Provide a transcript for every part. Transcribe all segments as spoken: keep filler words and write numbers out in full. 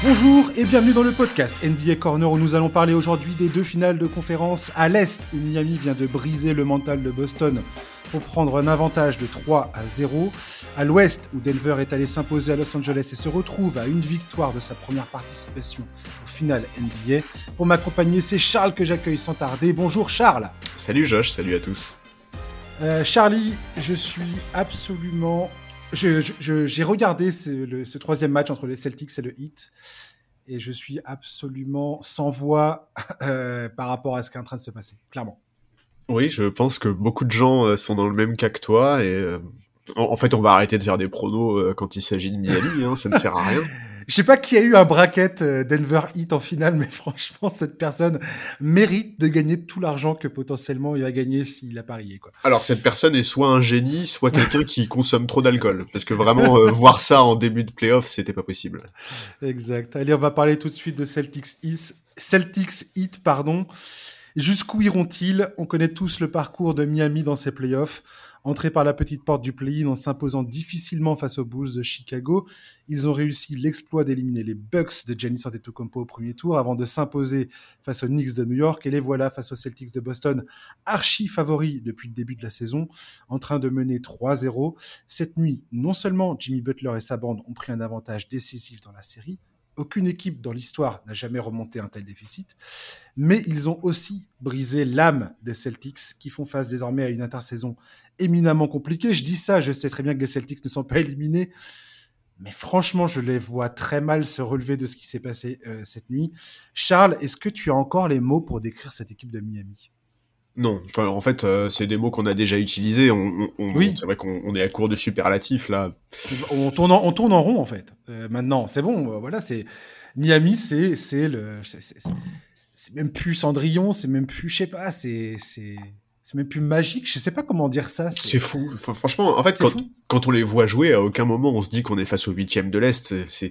Bonjour et bienvenue dans le podcast N B A Corner où nous allons parler aujourd'hui des deux finales de conférence à l'Est où Miami vient de briser le mental de Boston pour prendre un avantage de trois à zéro, à l'Ouest où Denver est allé s'imposer à Los Angeles et se retrouve à une victoire de sa première participation au finale N B A. Pour m'accompagner, c'est Charles que j'accueille sans tarder. Bonjour Charles. Salut Josh, salut à tous. Euh, Charlie, je suis absolument... Je, je, je, j'ai regardé ce, le, ce troisième match entre les Celtics et le Heat et je suis absolument sans voix euh, par rapport à ce qui est en train de se passer, clairement. Oui, je pense que beaucoup de gens sont dans le même cas que toi et euh, en, en fait on va arrêter de faire des pronos euh, quand il s'agit de Miami, hein, ça ne sert à rien. Je sais pas qui a eu un bracket euh, Denver Heat en finale, mais franchement, cette personne mérite de gagner tout l'argent que potentiellement il va gagner s'il a parié, quoi. Alors, cette personne est soit un génie, soit quelqu'un qui consomme trop d'alcool. Parce que vraiment, euh, voir ça en début de playoff, c'était pas possible. Exact. Allez, on va parler tout de suite de Celtics Heat. Celtics Heat, pardon. Jusqu'où iront-ils ? On connaît tous le parcours de Miami dans ses playoffs. Entrés par la petite porte du play-in en s'imposant difficilement face aux Bulls de Chicago, ils ont réussi l'exploit d'éliminer les Bucks de Giannis Antetokounmpo au premier tour avant de s'imposer face aux Knicks de New York. Et les voilà face aux Celtics de Boston, archi favoris depuis le début de la saison, en train de mener trois zéro. Cette nuit, non seulement Jimmy Butler et sa bande ont pris un avantage décisif dans la série, aucune équipe dans l'histoire n'a jamais remonté un tel déficit, mais ils ont aussi brisé l'âme des Celtics qui font face désormais à une intersaison éminemment compliquée. Je dis ça, je sais très bien que les Celtics ne sont pas éliminés, mais franchement, je les vois très mal se relever de ce qui s'est passé euh, cette nuit. Charles, est-ce que tu as encore les mots pour décrire cette équipe de Miami ? Non, enfin, en fait, euh, c'est des mots qu'on a déjà utilisés. On, on, on, oui. C'est vrai qu'on on est à court de superlatifs, là. On tourne en, on tourne en rond, en fait. Euh, maintenant, c'est bon, euh, voilà, c'est... Miami, c'est, c'est le... C'est, c'est, c'est... c'est même plus Cendrillon, c'est même plus, je sais pas, c'est, c'est, c'est même plus magique, je sais pas comment dire ça. C'est, c'est fou. Enfin, franchement, en fait, quand, quand on les voit jouer, à aucun moment on se dit qu'on est face au huitième de l'Est. C'est, c'est,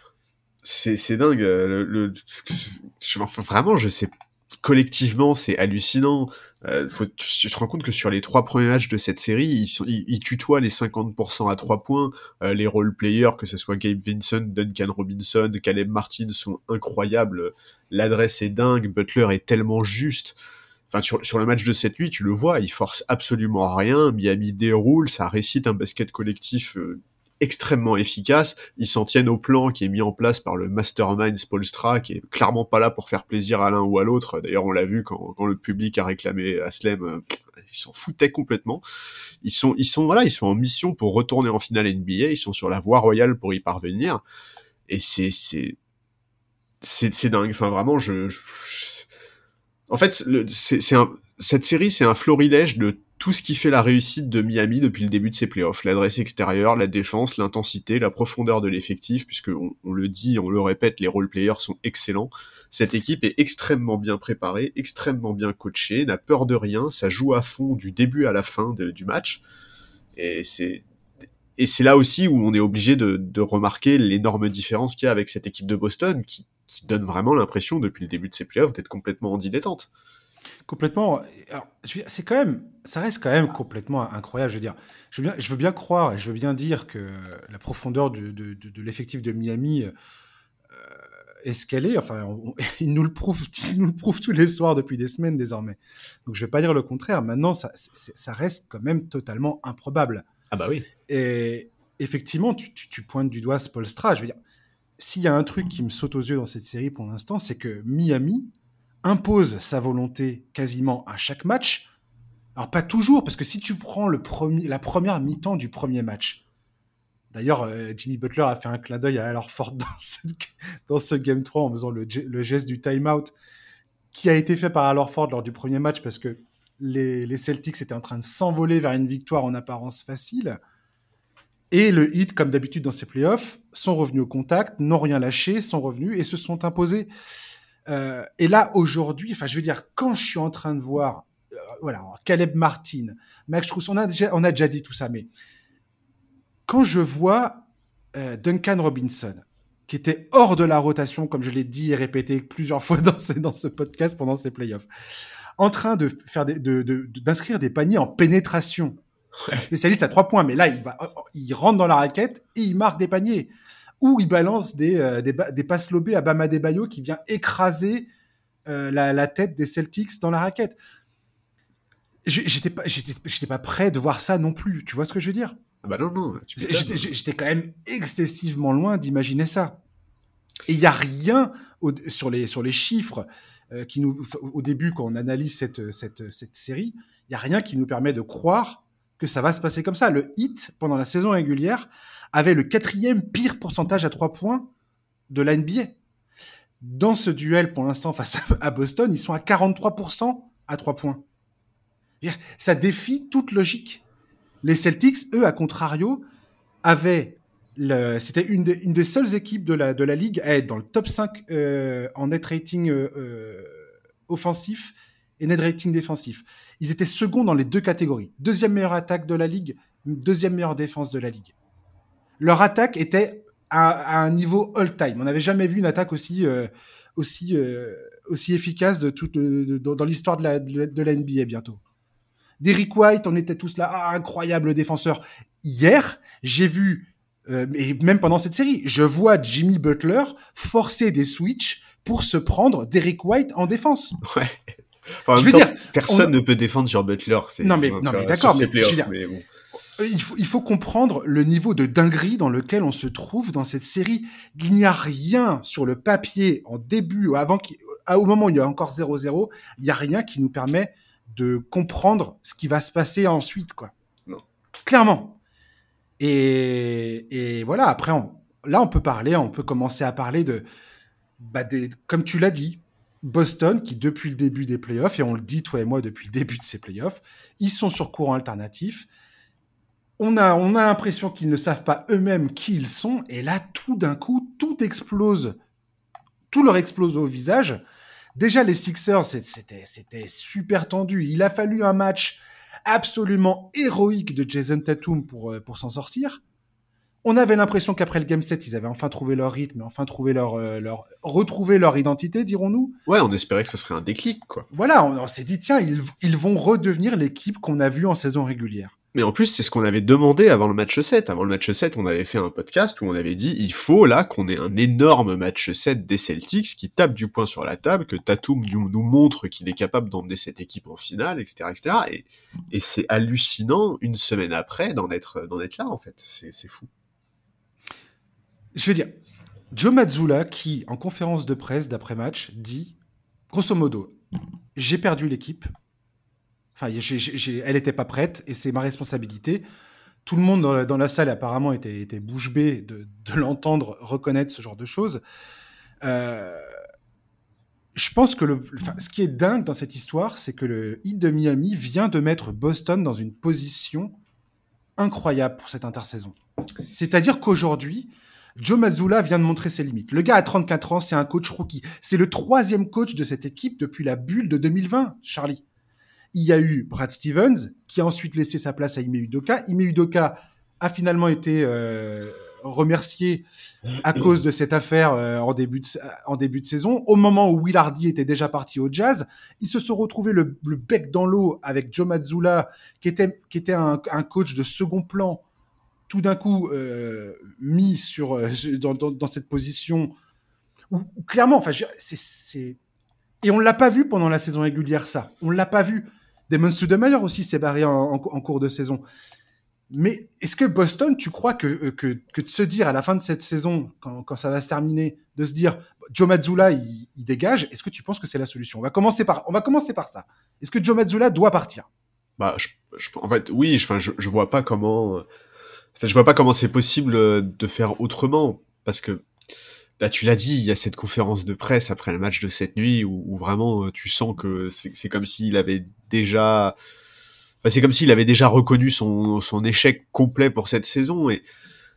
c'est, c'est dingue. Le, le, je, enfin, vraiment, je sais. Collectivement, c'est hallucinant. Euh, faut, tu te rends compte que sur les trois premiers matchs de cette série, ils, sont, ils, ils tutoient les cinquante pour cent à trois points. Euh, les role-players, que ce soit Gabe Vincent, Duncan Robinson, Caleb Martin, sont incroyables. L'adresse est dingue. Butler est tellement juste. Enfin, sur, sur le match de cette nuit, tu le vois, il force absolument rien. Miami déroule, ça récite un basket collectif euh, extrêmement efficace. Ils s'en tiennent au plan qui est mis en place par le mastermind Spoelstra, qui est clairement pas là pour faire plaisir à l'un ou à l'autre. D'ailleurs, on l'a vu quand, quand le public a réclamé Haslem, euh, ils s'en foutaient complètement. Ils sont, ils sont, voilà, ils sont en mission pour retourner en finale N B A. Ils sont sur la voie royale pour y parvenir. Et c'est, c'est, c'est, c'est dingue. Enfin, vraiment, je, je en fait, le, c'est, c'est un, cette série, c'est un florilège de tout ce qui fait la réussite de Miami depuis le début de ses playoffs. L'adresse extérieure, la défense, l'intensité, la profondeur de l'effectif, puisque on, on le dit, on le répète, les role-players sont excellents. Cette équipe est extrêmement bien préparée, extrêmement bien coachée, n'a peur de rien, ça joue à fond du début à la fin de, du match. Et c'est, et c'est là aussi où on est obligé de, de remarquer l'énorme différence qu'il y a avec cette équipe de Boston, qui, qui donne vraiment l'impression, depuis le début de ses playoffs, d'être complètement en dilettante. Complètement. Alors, c'est quand même, ça reste quand même complètement incroyable. Je veux dire, je veux bien, je veux bien croire et je veux bien dire que la profondeur de, de, de, de l'effectif de Miami euh, est ce qu'elle est. Enfin, on, il nous le prouve, il nous le prouve tous les soirs depuis des semaines désormais. Donc, je vais pas dire le contraire. Maintenant, ça, c'est, ça reste quand même totalement improbable. Ah bah oui. Et effectivement, tu, tu, tu pointes du doigt Spoelstra. Je veux dire, s'il y a un truc qui me saute aux yeux dans cette série pour l'instant, c'est que Miami impose sa volonté quasiment à chaque match. Alors, pas toujours, parce que si tu prends le premier, la première mi-temps du premier match, d'ailleurs, euh, Jimmy Butler a fait un clin d'œil à Al Horford dans ce, dans ce Game trois en faisant le, le geste du time-out qui a été fait par Al Horford lors du premier match parce que les, les Celtics étaient en train de s'envoler vers une victoire en apparence facile. Et le Heat, comme d'habitude dans ces playoffs, sont revenus au contact, n'ont rien lâché, sont revenus et se sont imposés. Euh, et là, aujourd'hui, enfin, je veux dire, quand je suis en train de voir, euh, voilà, Caleb Martin, Max Strus, on a déjà, on a déjà dit tout ça, mais quand je vois euh, Duncan Robinson, qui était hors de la rotation, comme je l'ai dit et répété plusieurs fois dans ce, dans ce podcast pendant ces playoffs, en train de faire des, de, de, de, d'inscrire des paniers en pénétration. C'est un spécialiste à trois points, mais là, il va, il rentre dans la raquette et il marque des paniers. où il balance des, euh, des, des passes lobées à Bam Adebayo qui vient écraser euh, la, la tête des Celtics dans la raquette. J'étais pas, j'étais, j'étais pas prêt de voir ça non plus. Tu vois ce que je veux dire? Ah bah non, non. Tu j'étais, j'étais quand même excessivement loin d'imaginer ça. Et il n'y a rien au, sur, les, sur les chiffres euh, qui nous, au début, quand on analyse cette, cette, cette série, il n'y a rien qui nous permet de croire que ça va se passer comme ça. Le Heat, pendant la saison régulière, avait le quatrième pire pourcentage à trois points de la N B A. Dans ce duel, pour l'instant, face à Boston, ils sont à quarante-trois pour cent à trois points. Ça défie toute logique. Les Celtics, eux, à contrario, avaient... Le... C'était une, de, une des seules équipes de la, de la ligue à être dans le top cinq euh, en net rating euh, euh, offensif et net rating défensif. Ils étaient seconds dans les deux catégories. Deuxième meilleure attaque de la ligue, deuxième meilleure défense de la ligue. Leur attaque était à, à un niveau all-time. On n'avait jamais vu une attaque aussi, euh, aussi, euh, aussi efficace de tout, de, de, de, dans l'histoire de la, de, de la N B A bientôt. Derrick White, on était tous là, ah, incroyable défenseur. Hier, j'ai vu, euh, et même pendant cette série, je vois Jimmy Butler forcer des switches pour se prendre Derrick White en défense. Ouais. Enfin, en je veux temps, dire, personne on... ne peut défendre sur Butler. C'est, non mais, c'est, non mais d'accord, mais, playoffs, je veux dire, mais bon. il faut, il faut comprendre le niveau de dinguerie dans lequel on se trouve dans cette série. Il n'y a rien sur le papier en début, avant au moment où il y a encore zéro zéro, il n'y a rien qui nous permet de comprendre ce qui va se passer ensuite, quoi. Non. Clairement. Et, et voilà, après, on, là, on peut parler, on peut commencer à parler de, bah des, comme tu l'as dit, Boston, qui depuis le début des playoffs, et on le dit toi et moi depuis le début de ces playoffs, ils sont sur courant alternatif. On a, on a l'impression qu'ils ne savent pas eux-mêmes qui ils sont, et là, tout d'un coup, tout explose. Tout leur explose au visage. Déjà, les Sixers, c'était, c'était super tendu. Il a fallu un match absolument héroïque de Jason Tatum pour, pour s'en sortir. On avait l'impression qu'après le Game sept, ils avaient enfin trouvé leur rythme, enfin trouvé leur, leur, retrouvé leur identité, dirons-nous. Ouais, on espérait que ce serait un déclic, quoi. Voilà, on, on s'est dit, tiens, ils, ils vont redevenir l'équipe qu'on a vue en saison régulière. Mais en plus, c'est ce qu'on avait demandé avant le match sept. Avant le match sept, on avait fait un podcast où on avait dit il faut là qu'on ait un énorme match sept des Celtics qui tape du poing sur la table, que Tatum nous montre qu'il est capable d'emmener cette équipe en finale, et cetera, et cetera. Et, et c'est hallucinant, une semaine après, d'en être, d'en être là, en fait. C'est, c'est fou. Je veux dire, Joe Mazzulla, qui, en conférence de presse d'après-match, dit, grosso modo, j'ai perdu l'équipe. Enfin, j'ai, j'ai, elle n'était pas prête et c'est ma responsabilité. Tout le monde dans la, dans la salle apparemment était, était bouche bée de, de l'entendre reconnaître ce genre de choses. Euh, je pense que le, enfin, ce qui est dingue dans cette histoire, c'est que le Heat de Miami vient de mettre Boston dans une position incroyable pour cette intersaison. C'est-à-dire qu'aujourd'hui, Joe Mazzulla vient de montrer ses limites. Le gars a trente-quatre ans, c'est un coach rookie. C'est le troisième coach de cette équipe depuis la bulle de deux mille vingt, Charlie. Il y a eu Brad Stevens, qui a ensuite laissé sa place à Ime Udoka. Ime Udoka a finalement été euh, remercié à cause de cette affaire euh, en, début de, en début de saison. Au moment où Will Hardy était déjà parti au Jazz, ils se sont retrouvés le, le bec dans l'eau avec Joe Mazzulla, qui était, qui était un, un coach de second plan, tout d'un coup euh, mis sur, euh, dans, dans, dans cette position où, où clairement, enfin, c'est, c'est... Et on ne l'a pas vu pendant la saison régulière, ça. On ne l'a pas vu. Damon Stoudemire aussi s'est barré en, en, en cours de saison. Mais est-ce que Boston, tu crois que, que, que de se dire à la fin de cette saison, quand, quand ça va se terminer, de se dire Joe Mazzulla, il, il dégage, est-ce que tu penses que c'est la solution ? On va commencer par, on va commencer par ça. Est-ce que Joe Mazzulla doit partir ? Bah, je, je, en fait, oui, je, je, je vois pas comment... Enfin, je vois pas comment c'est possible de faire autrement, parce que là, tu l'as dit, il y a cette conférence de presse après le match de cette nuit où, où vraiment tu sens que c'est, c'est comme s'il avait déjà, enfin, c'est comme s'il avait déjà reconnu son, son échec complet pour cette saison. Et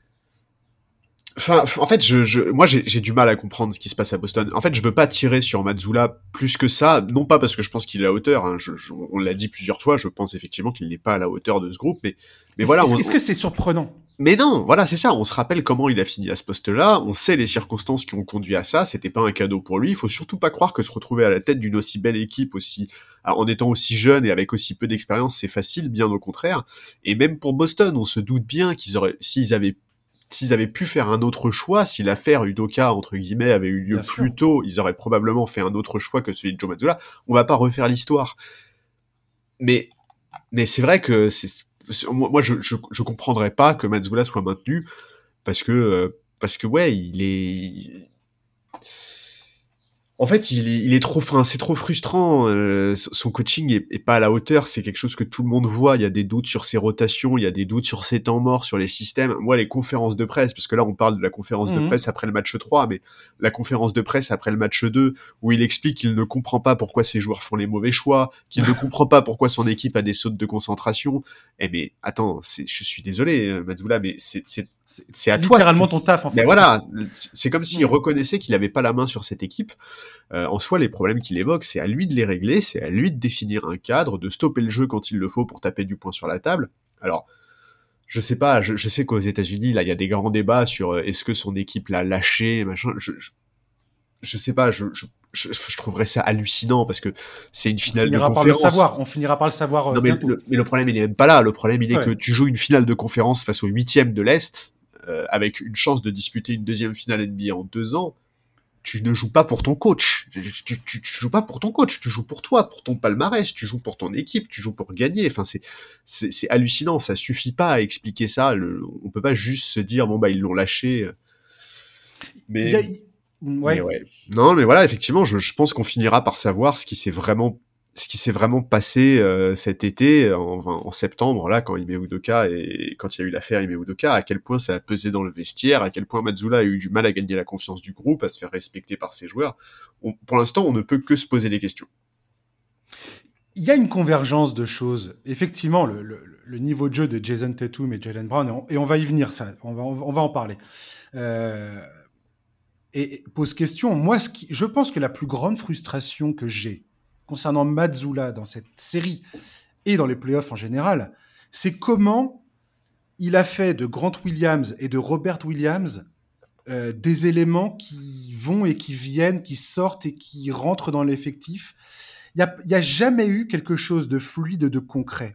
enfin, en fait, je, je, moi, j'ai, j'ai du mal à comprendre ce qui se passe à Boston. En fait, je veux pas tirer sur Mazzulla plus que ça, non pas parce que je pense qu'il est à la hauteur. Hein, je, je, on l'a dit plusieurs fois, je pense effectivement qu'il n'est pas à la hauteur de ce groupe, mais, mais est-ce, voilà. Est-ce, on, est-ce que c'est surprenant ? Mais non, voilà, c'est ça. On se rappelle comment il a fini à ce poste-là. On sait les circonstances qui ont conduit à ça. C'était pas un cadeau pour lui. Il faut surtout pas croire que se retrouver à la tête d'une aussi belle équipe, aussi, en étant aussi jeune et avec aussi peu d'expérience, c'est facile. Bien au contraire. Et même pour Boston, on se doute bien qu'ils auraient, s'ils avaient s'ils avaient pu faire un autre choix, si l'affaire Udoka, entre guillemets, avait eu lieu Bien plus sûr. tôt, ils auraient probablement fait un autre choix que celui de Joe Mazzulla. On va pas refaire l'histoire. Mais, mais c'est vrai que c'est, c'est, moi, je, je, je comprendrais pas que Mazzulla soit maintenu parce que, euh, parce que ouais, il est, il... En fait, il est, il est trop, enfin, c'est trop frustrant. Euh, son coaching est, est pas à la hauteur. C'est quelque chose que tout le monde voit. Il y a des doutes sur ses rotations, il y a des doutes sur ses temps morts, sur les systèmes. Moi, les conférences de presse, parce que là, on parle de la conférence mmh. de presse après le match trois, mais la conférence de presse après le match deux, où il explique qu'il ne comprend pas pourquoi ses joueurs font les mauvais choix, qu'il ne comprend pas pourquoi son équipe a des sautes de concentration. Eh mais attends, c'est, je suis désolé, Mazzulla, mais c'est, c'est, c'est, c'est à toi. Littéralement ton taf, en fait. Mais voilà, c'est comme s'il mmh. reconnaissait qu'il avait pas la main sur cette équipe. Euh, en soi, les problèmes qu'il évoque, c'est à lui de les régler, c'est à lui de définir un cadre, de stopper le jeu quand il le faut pour taper du poing sur la table. Alors, je sais pas, je, je sais qu'aux États-Unis, là, il y a des grands débats sur euh, est-ce que son équipe l'a lâché, machin. Je, je, je sais pas, je, je, je, je trouverais ça hallucinant parce que c'est une finale de conférence. On finira par le savoir, on finira par le savoir. Euh, non, mais le, mais le problème, il est même pas là. Le problème, il est ouais. que tu joues une finale de conférence face au huitième de l'Est, euh, avec une chance de disputer une deuxième finale N B A en deux ans. Tu ne joues pas pour ton coach, tu, tu, tu, tu joues pas pour ton coach, tu joues pour toi, pour ton palmarès, tu joues pour ton équipe, tu joues pour gagner. Enfin, c'est, c'est, c'est hallucinant, ça suffit pas à expliquer ça. Le, on peut pas juste se dire bon bah ils l'ont lâché. Mais, a... ouais. mais ouais. Non, mais voilà, effectivement, je, je pense qu'on finira par savoir ce qui s'est vraiment, ce qui s'est vraiment passé euh, cet été en, en septembre là quand Ime Udoka et quand il y a eu l'affaire Ime Udoka, à quel point ça a pesé dans le vestiaire, à quel point Mazzulla a eu du mal à gagner la confiance du groupe, à se faire respecter par ses joueurs. On, pour l'instant, on ne peut que se poser des questions. Il y a une convergence de choses. Effectivement, le, le, le niveau de jeu de Jason Tatum et Jaylen Brown, et on, et on va y venir, ça, on va, on va en parler. Euh, et, et pose question. Moi, ce qui, je pense que la plus grande frustration que j'ai concernant Mazzulla dans cette série et dans les playoffs en général, c'est comment il a fait de Grant Williams et de Robert Williams euh, des éléments qui vont et qui viennent, qui sortent et qui rentrent dans l'effectif. Il n'y a, a jamais eu quelque chose de fluide, de concret.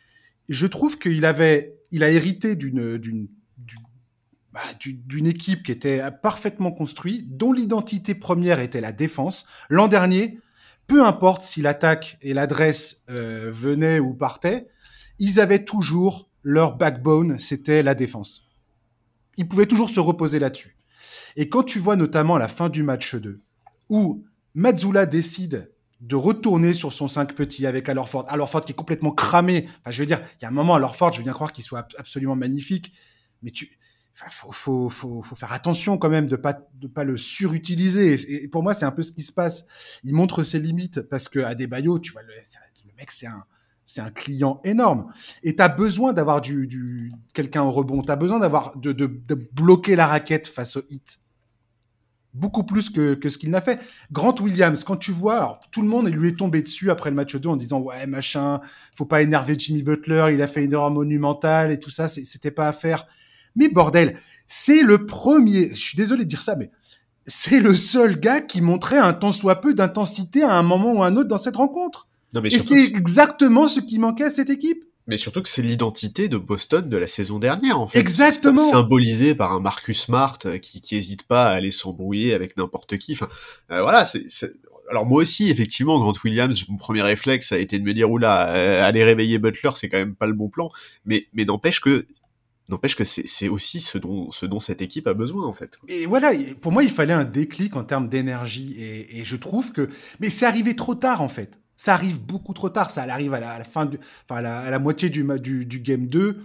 Je trouve qu'il avait, il a hérité d'une, d'une, d'une, bah, d'une équipe qui était parfaitement construite, dont l'identité première était la défense. L'an dernier, peu importe si l'attaque et l'adresse euh, venaient ou partaient, ils avaient toujours leur backbone, c'était la défense. Ils pouvaient toujours se reposer là-dessus. Et quand tu vois notamment à la fin du match deux, où Mazzulla décide de retourner sur son cinq petits avec Al Horford, Al Horford qui est complètement cramé. Enfin, je veux dire, il y a un moment, Al Horford, je veux bien croire qu'il soit absolument magnifique, mais tu... Enfin, faut, faut, faut, faut faire attention quand même de pas, de pas le surutiliser. Et pour moi, c'est un peu ce qui se passe. Il montre ses limites parce que Adebayo, tu vois, le, le mec, c'est un, c'est un client énorme. Et t'as besoin d'avoir du, du, quelqu'un au rebond. T'as besoin d'avoir, de, de, de bloquer la raquette face au hit. Beaucoup plus que, que ce qu'il n'a fait. Grant Williams, quand tu vois, alors tout le monde lui est tombé dessus après le match deux en disant ouais, machin, faut pas énerver Jimmy Butler, il a fait une erreur monumentale et tout ça, c'est, c'était pas à faire. Mais bordel, c'est le premier, je suis désolé de dire ça, mais c'est le seul gars qui montrait un tant soit peu d'intensité à un moment ou à un autre dans cette rencontre. Non, mais et c'est, c'est exactement ce qui manquait à cette équipe. Mais surtout que c'est l'identité de Boston de la saison dernière, en fait. Exactement. C'est symbolisé par un Marcus Smart qui, qui hésite pas à aller s'embrouiller avec n'importe qui. Enfin, euh, voilà, c'est, c'est... Alors moi aussi, effectivement, Grant Williams, mon premier réflexe a été de me dire, oula, euh, aller réveiller Butler, c'est quand même pas le bon plan. Mais, mais n'empêche que N'empêche que c'est, c'est aussi ce dont, ce dont cette équipe a besoin, en fait. Et voilà, pour moi, il fallait un déclic en termes d'énergie. Et, et je trouve que... Mais c'est arrivé trop tard, en fait. Ça arrive beaucoup trop tard. Ça arrive à la, à la fin, du, enfin, à la, à la moitié du, du, du game deux.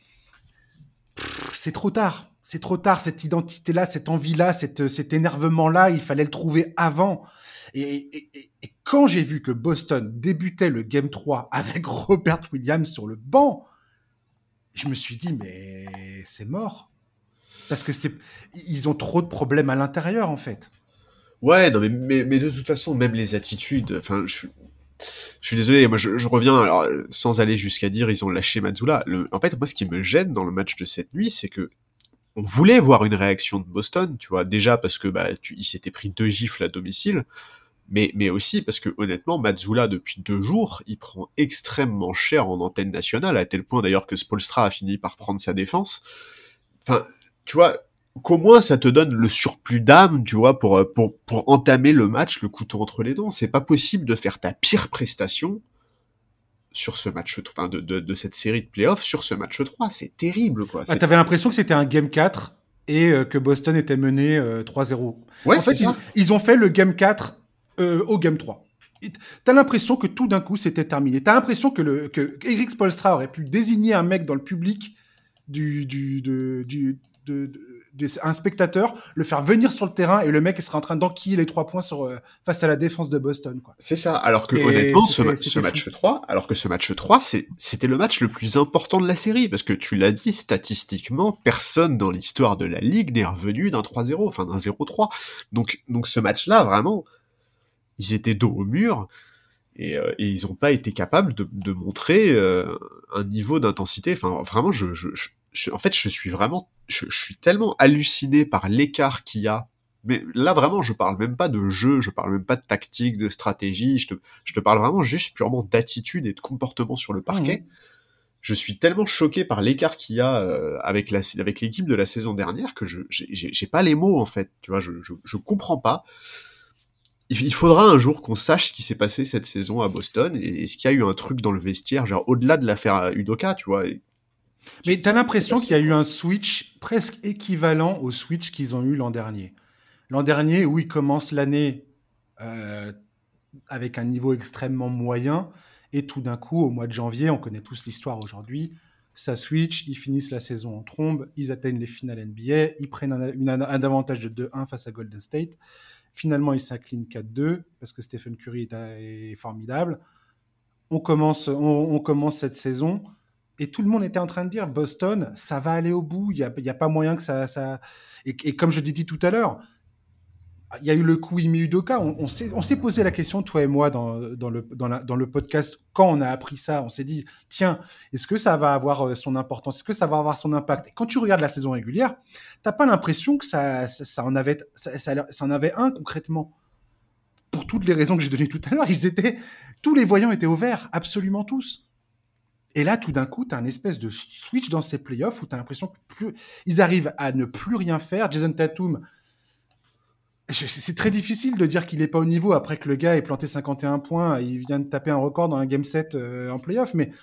Pff, c'est trop tard. C'est trop tard. Cette identité-là, cette envie-là, cette, cet énervement-là, il fallait le trouver avant. Et, et, et, et quand j'ai vu que Boston débutait le game trois avec Robert Williams sur le banc, je me suis dit, mais c'est mort. Parce que c'est, ils ont trop de problèmes à l'intérieur, en fait. Ouais, non, mais, mais, mais de toute façon, même les attitudes, enfin, je, je suis désolé, moi, je, je reviens, alors, sans aller jusqu'à dire, ils ont lâché Mazzulla. Le, en fait, moi, ce qui me gêne dans le match de cette nuit, c'est que on voulait voir une réaction de Boston, tu vois, déjà parce que, bah, tu, ils s'étaient pris deux gifles à domicile, mais, mais aussi parce que, honnêtement, Mazzulla, depuis deux jours, il prend extrêmement cher en antenne nationale, à tel point, d'ailleurs, que Spoelstra a fini par prendre sa défense. Enfin, tu vois, qu'au moins ça te donne le surplus d'âme, tu vois, pour, pour, pour entamer le match, le couteau entre les dents. C'est pas possible de faire ta pire prestation sur ce match, enfin, de, de, de cette série de playoffs sur ce match trois. C'est terrible, quoi. Ah, C'est... t'avais l'impression que c'était un game quatre et euh, que Boston était mené euh, trois zéro. Ouais, En c'est fait, ils, ça. ils ont fait le game quatre euh, au game trois. Et T'as l'impression que tout d'un coup, c'était terminé. T'as l'impression que, le, que Eric Spoelstra aurait pu désigner un mec dans le public du, du, de, du, de, de, de- un spectateur, le faire venir sur le terrain et le mec serait en train d'enquiller les trois points sur, euh, face à la défense de Boston, quoi. C'est ça. Alors que, Et honnêtement, ce, ma- c'était, ce c'était fou. match trois, alors que ce match trois, c'est, c'était le match le plus important de la série. Parce que tu l'as dit, statistiquement, personne dans l'histoire de la Ligue n'est revenu d'un trois zéro, enfin d'un zéro trois. Donc, donc ce match-là, vraiment, ils étaient dos au mur. Et, euh, et ils n'ont pas été capables de, de montrer euh, un niveau d'intensité. Enfin, vraiment, je, je, je, je- en fait, je suis vraiment, je, je suis tellement halluciné par l'écart qu'il y a. Mais là, vraiment, je parle même pas de jeu, je parle même pas de tactique, de stratégie. Je te, je te parle vraiment juste purement d'attitude et de comportement sur le parquet. Mhm. Je suis tellement choqué par l'écart qu'il y a euh, avec la, avec l'équipe de la saison dernière que je, j'ai, j'ai j'ai pas les mots en fait. Tu vois, je, je, je comprends pas. Il faudra un jour qu'on sache ce qui s'est passé cette saison à Boston et est-ce qu'il y a eu un truc dans le vestiaire, genre au-delà de l'affaire Udoka, tu vois. Et... Mais t'as Qu'est-ce qui s'est l'impression qu'il y passé, a eu quoi. un switch presque équivalent au switch qu'ils ont eu l'an dernier. L'an dernier, où ils commencent l'année euh, avec un niveau extrêmement moyen, et tout d'un coup, au mois de janvier, on connaît tous l'histoire aujourd'hui, ça switch, ils finissent la saison en trombe, ils atteignent les finales N B A, ils prennent un, une- un avantage de deux un face à Golden State. Finalement, ils s'inclinent quatre deux parce que Stephen Curry est, est formidable. On commence, on, on commence cette saison et tout le monde était en train de dire Boston, ça va aller au bout, il n'y a, y a pas moyen que ça. ça... Et, et comme je t'ai dit tout à l'heure, il y a eu le coup Imi Udoka. On, on s'est on s'est posé la question, toi et moi, dans, dans, le, dans, la, dans le podcast, quand on a appris ça, on s'est dit, tiens, est-ce que ça va avoir euh, son importance? Est-ce que ça va avoir son impact? Et quand tu regardes la saison régulière, t'as pas l'impression que ça, ça, ça en avait, ça, ça, ça en avait un concrètement. Pour toutes les raisons que j'ai données tout à l'heure, ils étaient, tous les voyants étaient au vert, absolument tous. Et là, tout d'un coup, tu as un espèce de switch dans ces playoffs où tu as l'impression que plus, ils arrivent à ne plus rien faire. Jason Tatum, c'est très difficile de dire qu'il n'est pas au niveau après que le gars ait planté cinquante et un points. Il vient de taper un record dans un game set euh, en playoff. Mais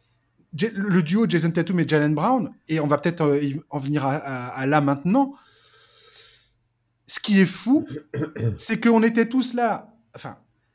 le duo Jason Tatum et Jalen Brown, et on va peut-être euh, en venir à, à, à là maintenant, ce qui est fou, c'est qu'on était tous là. Enfin,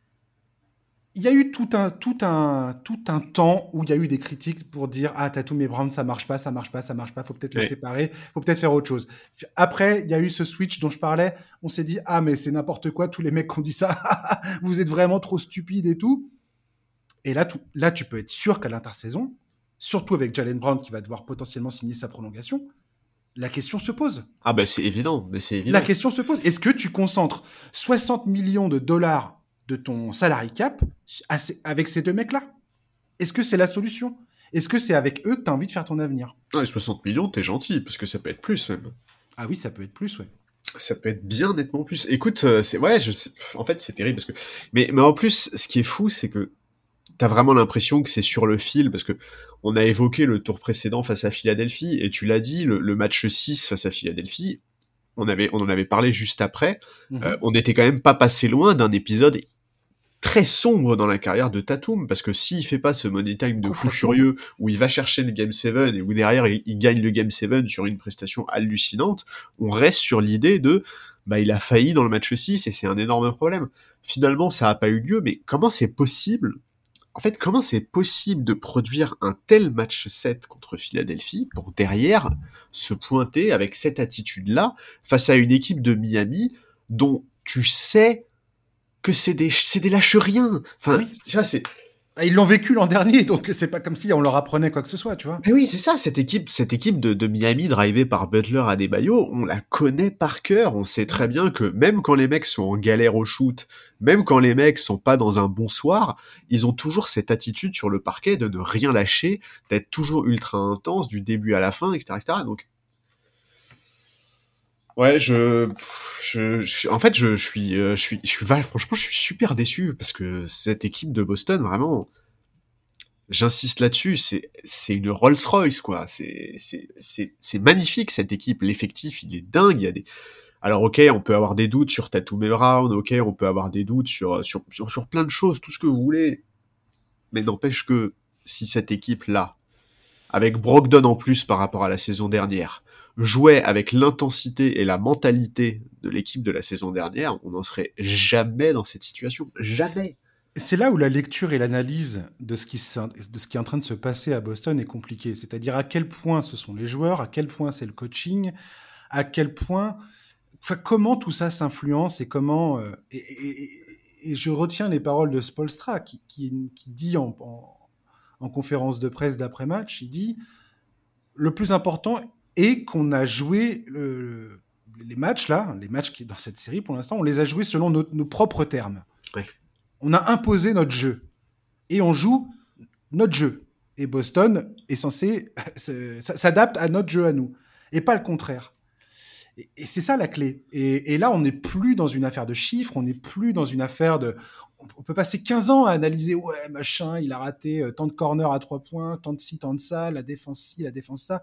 il y a eu tout un, tout, un, tout un temps où il y a eu des critiques pour dire ah Tatum et Brown ça marche pas, ça marche pas, ça marche pas, faut peut-être les Ouais. séparer, faut peut-être faire autre chose. Après il y a eu ce switch dont je parlais, on s'est dit ah mais c'est n'importe quoi, tous les mecs qui ont dit ça, vous êtes vraiment trop stupides et tout. Et là, tout, là tu peux être sûr qu'à l'intersaison, surtout avec Jalen Brown qui va devoir potentiellement signer sa prolongation, la question se pose. Ah bah c'est évident, mais c'est La évident. question se pose. Est-ce que tu concentres soixante millions de dollars de ton salary cap avec ces deux mecs-là? Est-ce que c'est la solution? Est-ce que c'est avec eux que tu as envie de faire ton avenir? Non, les soixante millions, t'es gentil, parce que ça peut être plus même. Ah oui, ça peut être plus, ouais. Ça peut être bien nettement plus. Écoute, euh, c'est ouais, je sais... en fait c'est terrible parce que, mais mais en plus, ce qui est fou, c'est que t'as vraiment l'impression que c'est sur le fil parce que on a évoqué le tour précédent face à Philadelphie et tu l'as dit, le, le match six face à Philadelphie. On, avait, on en avait parlé juste après, Mm-hmm. euh, on n'était quand même pas passé loin d'un épisode très sombre dans la carrière de Tatum, parce que s'il fait pas ce money time de fou furieux, où il va chercher le game sept, et où derrière il, il gagne le game sept sur une prestation hallucinante, on reste sur l'idée de, bah il a failli dans le match six, et c'est un énorme problème. Finalement, ça a pas eu lieu, mais comment c'est possible En fait, comment c'est possible de produire un tel match sept contre Philadelphie pour derrière se pointer avec cette attitude-là face à une équipe de Miami dont tu sais que c'est des, c'est des lâches-riens. Enfin, Oui. tu vois, c'est... Ils l'ont vécu l'an dernier, donc c'est pas comme si on leur apprenait quoi que ce soit, tu vois. Mais oui, c'est ça, cette équipe, cette équipe de, de Miami drivée par Butler Adebayo, on la connaît par cœur. On sait très bien que même quand les mecs sont en galère au shoot, même quand les mecs sont pas dans un bon soir, ils ont toujours cette attitude sur le parquet de ne rien lâcher, d'être toujours ultra intense du début à la fin, et cetera, et cetera. Donc, ouais, je, je, je- en fait, je, je suis, euh, je suis, je suis, val- franchement, je suis super déçu parce que cette équipe de Boston, vraiment, J'insiste là-dessus, c'est, c'est une Rolls-Royce, quoi. C'est, c'est, c'est, c'est magnifique, cette équipe. L'effectif, il est dingue. Il y a des... Alors, ok, on peut avoir des doutes sur Tatum et Brown, ok, on peut avoir des doutes sur, sur, sur, sur plein de choses, tout ce que vous voulez. Mais n'empêche que si cette équipe-là, avec Brogdon en plus par rapport à la saison dernière, jouait avec l'intensité et la mentalité de l'équipe de la saison dernière, on n'en serait jamais dans cette situation. Jamais. C'est là où la lecture et l'analyse de ce, qui, de ce qui est en train de se passer à Boston est compliquée. C'est-à-dire à quel point ce sont les joueurs, à quel point c'est le coaching, à quel point... Enfin, comment tout ça s'influence et comment... Euh, et, et, et je retiens les paroles de Spoelstra qui, qui, qui dit en, en, en conférence de presse d'après-match, il dit « Le plus important est qu'on a joué le, les matchs là, les matchs qui dans cette série pour l'instant, on les a joués selon nos, nos propres termes. Oui. On a imposé notre jeu. Et on joue notre jeu. Et Boston est censé s'adapte à notre jeu à nous. Et pas le contraire. Et, et c'est ça la clé. Et, et là, on n'est plus dans une affaire de chiffres, on n'est plus dans une affaire de... On peut passer quinze ans à analyser, ouais, machin, il a raté tant de corners à trois points, tant de ci, tant de ça, la défense ci, la défense ça.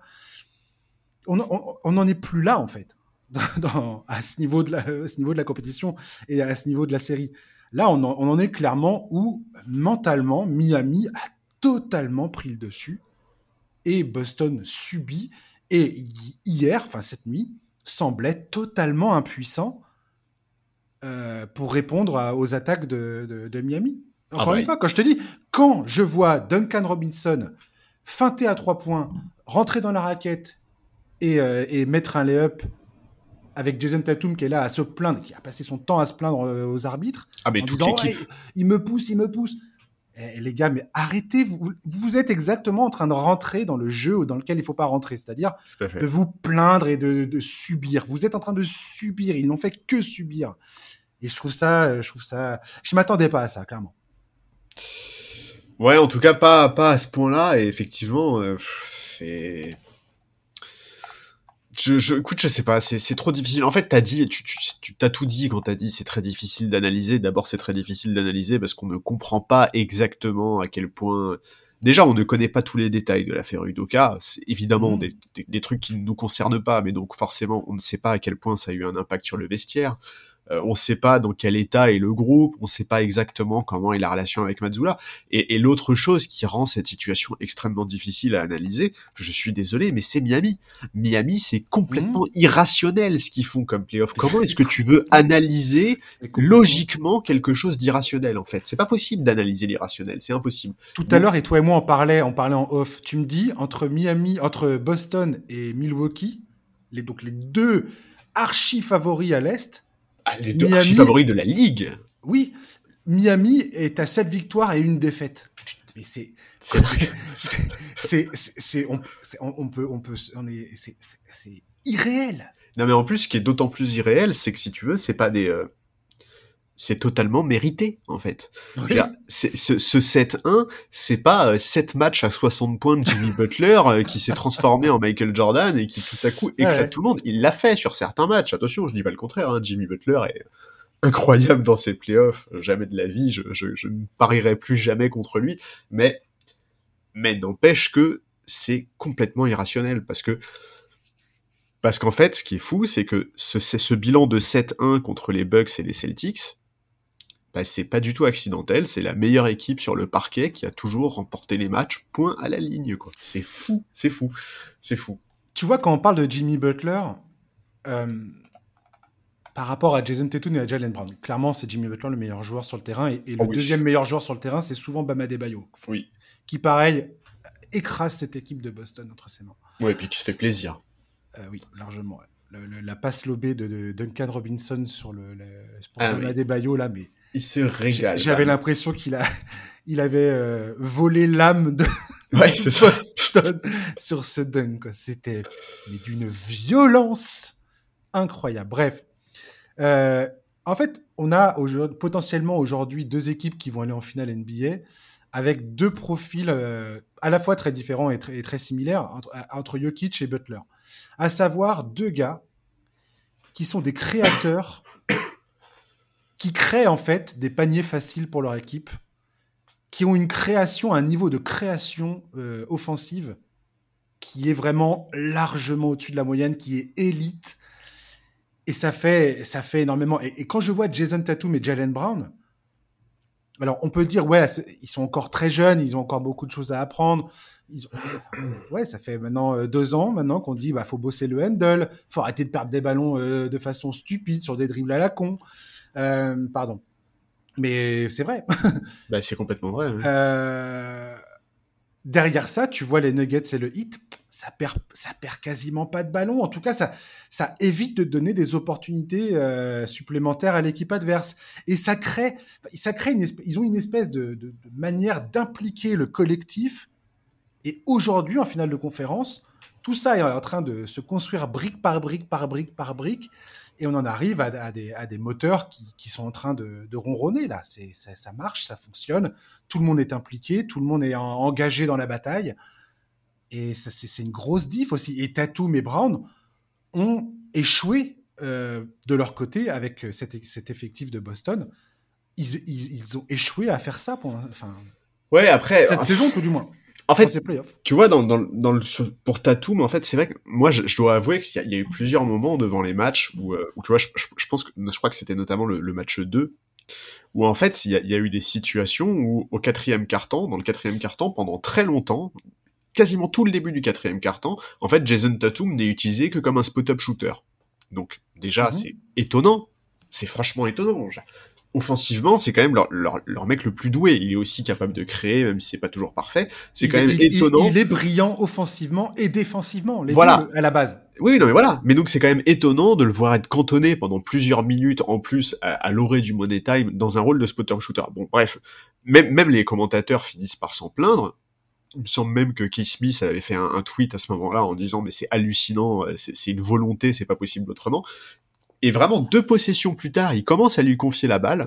On n'en est plus là, en fait, dans, dans, à, ce niveau de la, à ce niveau de la compétition et à ce niveau de la série. Là, on en, on en est clairement où, mentalement, Miami a totalement pris le dessus et Boston subit. Et hier, enfin cette nuit, semblait totalement impuissant euh, pour répondre à, aux attaques de, de, de Miami. Encore ah bah une oui. fois, quand je te dis, quand je vois Duncan Robinson feinter à trois points, rentrer dans la raquette et, euh, et mettre un lay-up avec Jason Tatum qui est là à se plaindre, qui a passé son temps à se plaindre aux arbitres, ah, mais en toute disant l'équipe. Ouais, il me pousse, il me pousse. Et les gars, mais arrêtez, vous, vous êtes exactement en train de rentrer dans le jeu dans lequel il ne faut pas rentrer, c'est-à-dire de vous plaindre et de, de subir. Vous êtes en train de subir, ils n'ont fait que subir. Et je trouve ça, je trouve ça, je m'attendais pas à ça, clairement. Ouais, en tout cas pas pas à ce point-là. Et effectivement, euh, c'est Je, je, écoute, je sais pas, c'est, c'est trop difficile. En fait, t'as dit, tu, tu, tu t'as tout dit quand t'as dit c'est très difficile d'analyser. D'abord, c'est très difficile d'analyser parce qu'on ne comprend pas exactement à quel point. Déjà, on ne connaît pas tous les détails de l'affaire Udoka. C'est évidemment mmh. des, des, des trucs qui ne nous concernent pas, mais donc forcément, on ne sait pas à quel point ça a eu un impact sur le vestiaire. Euh, on ne sait pas dans quel état est le groupe, on ne sait pas exactement comment est la relation avec Mazzulla. Et, et l'autre chose qui rend cette situation extrêmement difficile à analyser, je suis désolé, mais c'est Miami. Miami, c'est complètement mmh. irrationnel ce qu'ils font comme playoff. Comment est-ce que tu veux analyser logiquement quelque chose d'irrationnel, en fait ? C'est pas possible d'analyser l'irrationnel, c'est impossible. Tout à l'heure, et toi et moi, on parlait, on parlait en off. Tu me dis, entre Miami, entre Boston et Milwaukee, les, donc les deux archi-favoris à l'Est, Ah, les deux archi-favoris de la Ligue. Oui, Miami est à sept victoires et une défaite. Mais c'est, c'est, c'est, c'est, c'est, c'est on, c'est, on peut, on peut, on est, c'est, c'est, c'est irréel. Non mais en plus, ce qui est d'autant plus irréel, c'est que si tu veux, c'est pas des, euh, c'est totalement mérité en fait. Oui. Dire, c'est, ce, ce sept un, c'est pas euh, sept matchs à soixante points de Jimmy Butler euh, qui s'est transformé en Michael Jordan et qui tout à coup éclate ouais. tout le monde. Il l'a fait sur certains matchs. Attention, je dis pas le contraire. Hein. Jimmy Butler est incroyable dans ses playoffs. Jamais de la vie, je, je, je ne parierai plus jamais contre lui. Mais, mais n'empêche que c'est complètement irrationnel parce que parce qu'en fait, ce qui est fou, c'est que ce, c'est ce bilan de sept un contre les Bucks et les Celtics. Bah, c'est pas du tout accidentel, c'est la meilleure équipe sur le parquet qui a toujours remporté les matchs, point à la ligne, quoi. C'est fou, c'est fou, c'est fou. Tu vois, quand on parle de Jimmy Butler, euh, par rapport à Jason Tatum et à Jaylen Brown, clairement, c'est Jimmy Butler le meilleur joueur sur le terrain, et, et le oh oui. deuxième meilleur joueur sur le terrain, c'est souvent Bam Adebayo. Oui. Qui, pareil, écrase cette équipe de Boston entre ses mains. Oui, et puis qui se fait plaisir. Euh, oui, largement. Ouais. Le, le, la passe lobée de, de Duncan Robinson sur le, le pour ah, Bam Adebayo, là, mais... Il se régale. J'avais là. l'impression qu'il a, il avait euh, volé l'âme de, ouais, de c'est Boston sur ce dunk. Quoi. C'était mais d'une violence incroyable. Bref, euh, en fait, on a aujourd'hui, potentiellement aujourd'hui deux équipes qui vont aller en finale N B A avec deux profils euh, à la fois très différents et très, et très similaires entre, entre Jokic et Butler. À savoir deux gars qui sont des créateurs qui créent en fait des paniers faciles pour leur équipe, qui ont une création, un niveau de création euh, offensive qui est vraiment largement au-dessus de la moyenne, qui est élite. Et ça fait, ça fait énormément. Et, et quand je vois Jason Tatum et Jaylen Brown, alors on peut dire, ouais, ils sont encore très jeunes, ils ont encore beaucoup de choses à apprendre. Ils ont... Ouais, ça fait maintenant euh, deux ans maintenant qu'on dit, bah, faut bosser le handle, faut arrêter de perdre des ballons euh, de façon stupide sur des dribbles à la con. Euh, pardon. Mais c'est vrai. Bah, c'est complètement vrai. Hein. Euh... Derrière ça, tu vois les Nuggets et le Heat, ça perd, ça perd quasiment pas de ballon. En tout cas, ça, ça évite de donner des opportunités euh, supplémentaires à l'équipe adverse. Et ça crée, ça crée une espèce, ils ont une espèce de, de, de manière d'impliquer le collectif. Et aujourd'hui, en finale de conférence, tout ça est en train de se construire brique par brique, par brique, par brique. Et on en arrive à, à, des, à des moteurs qui, qui sont en train de, de ronronner, là. C'est, ça, ça marche, ça fonctionne. Tout le monde est impliqué, tout le monde est en, engagé dans la bataille. Et ça, c'est, c'est une grosse diff aussi. Et Tatum et Brown ont échoué euh, de leur côté avec cet, cet effectif de Boston. Ils, ils, ils ont échoué à faire ça pour, enfin, ouais, après, cette euh, saison, tout du moins. En fait, tu vois, dans, dans, dans le, pour Tatum, en fait, c'est vrai que moi, je, je dois avouer qu'il y a, il y a eu plusieurs moments devant les matchs où, euh, où tu vois, je, je, je pense que, je crois que c'était notamment le, le match deux, où en fait, il y, a, il y a eu des situations où, au quatrième quart-temps, dans le quatrième quart-temps, pendant très longtemps, quasiment tout le début du quatrième quart-temps, en fait, Jason Tatum n'est utilisé que comme un spot-up shooter. Donc, déjà, mm-hmm. c'est étonnant. C'est franchement étonnant. Offensivement, c'est quand même leur, leur, leur mec le plus doué. Il est aussi capable de créer, même si c'est pas toujours parfait. C'est il quand est, même il, étonnant. Il, il est brillant offensivement et défensivement, les voilà. deux à la base. Oui, non mais voilà. Mais donc c'est quand même étonnant de le voir être cantonné pendant plusieurs minutes en plus à, à l'orée du Money Time dans un rôle de spotter shooter. Bon, bref, même, même les commentateurs finissent par s'en plaindre. Il me semble même que Keith Smith avait fait un, un tweet à ce moment-là en disant mais c'est hallucinant, c'est, c'est une volonté, c'est pas possible autrement. Et vraiment deux possessions plus tard, il commence à lui confier la balle.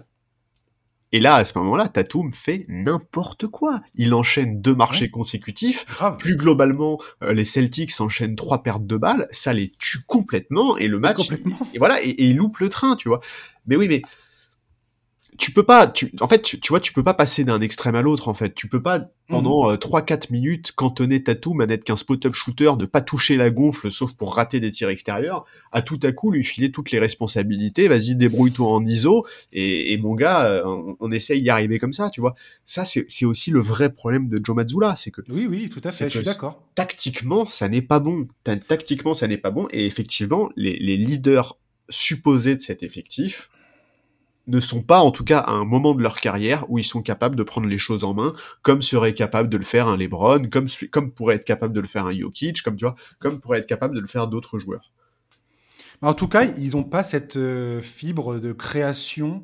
Et là, à ce moment-là, Tatum fait n'importe quoi. Il enchaîne deux marchés ouais. consécutifs. Grave. Plus globalement, euh, les Celtics enchaînent trois pertes de balles. Ça les tue complètement. Et le match, complètement. Et, et voilà, et, et ils loupent le train, tu vois. Mais oui, mais tu peux pas, tu, en fait, tu, tu vois, tu peux pas passer d'un extrême à l'autre, en fait. Tu peux pas, pendant mmh. euh, trois quatre minutes, cantonner Tatum à n'être qu'un spot-up shooter, de pas toucher la gonfle, sauf pour rater des tirs extérieurs, à tout à coup lui filer toutes les responsabilités, vas-y, débrouille-toi en I S O, et, et mon gars, on, on essaye d'y arriver comme ça, tu vois. Ça, c'est, c'est aussi le vrai problème de Joe Mazzulla, c'est que... Oui, oui, tout à fait, je suis d'accord. Tactiquement, ça n'est pas bon. Tactiquement, ça n'est pas bon, et effectivement, les, les leaders supposés de cet effectif ne sont pas, en tout cas, à un moment de leur carrière où ils sont capables de prendre les choses en main, comme serait capable de le faire un LeBron, comme, comme pourrait être capable de le faire un Jokic, comme, tu vois, comme pourrait être capable de le faire d'autres joueurs. En tout cas, ils n'ont pas cette euh, fibre de création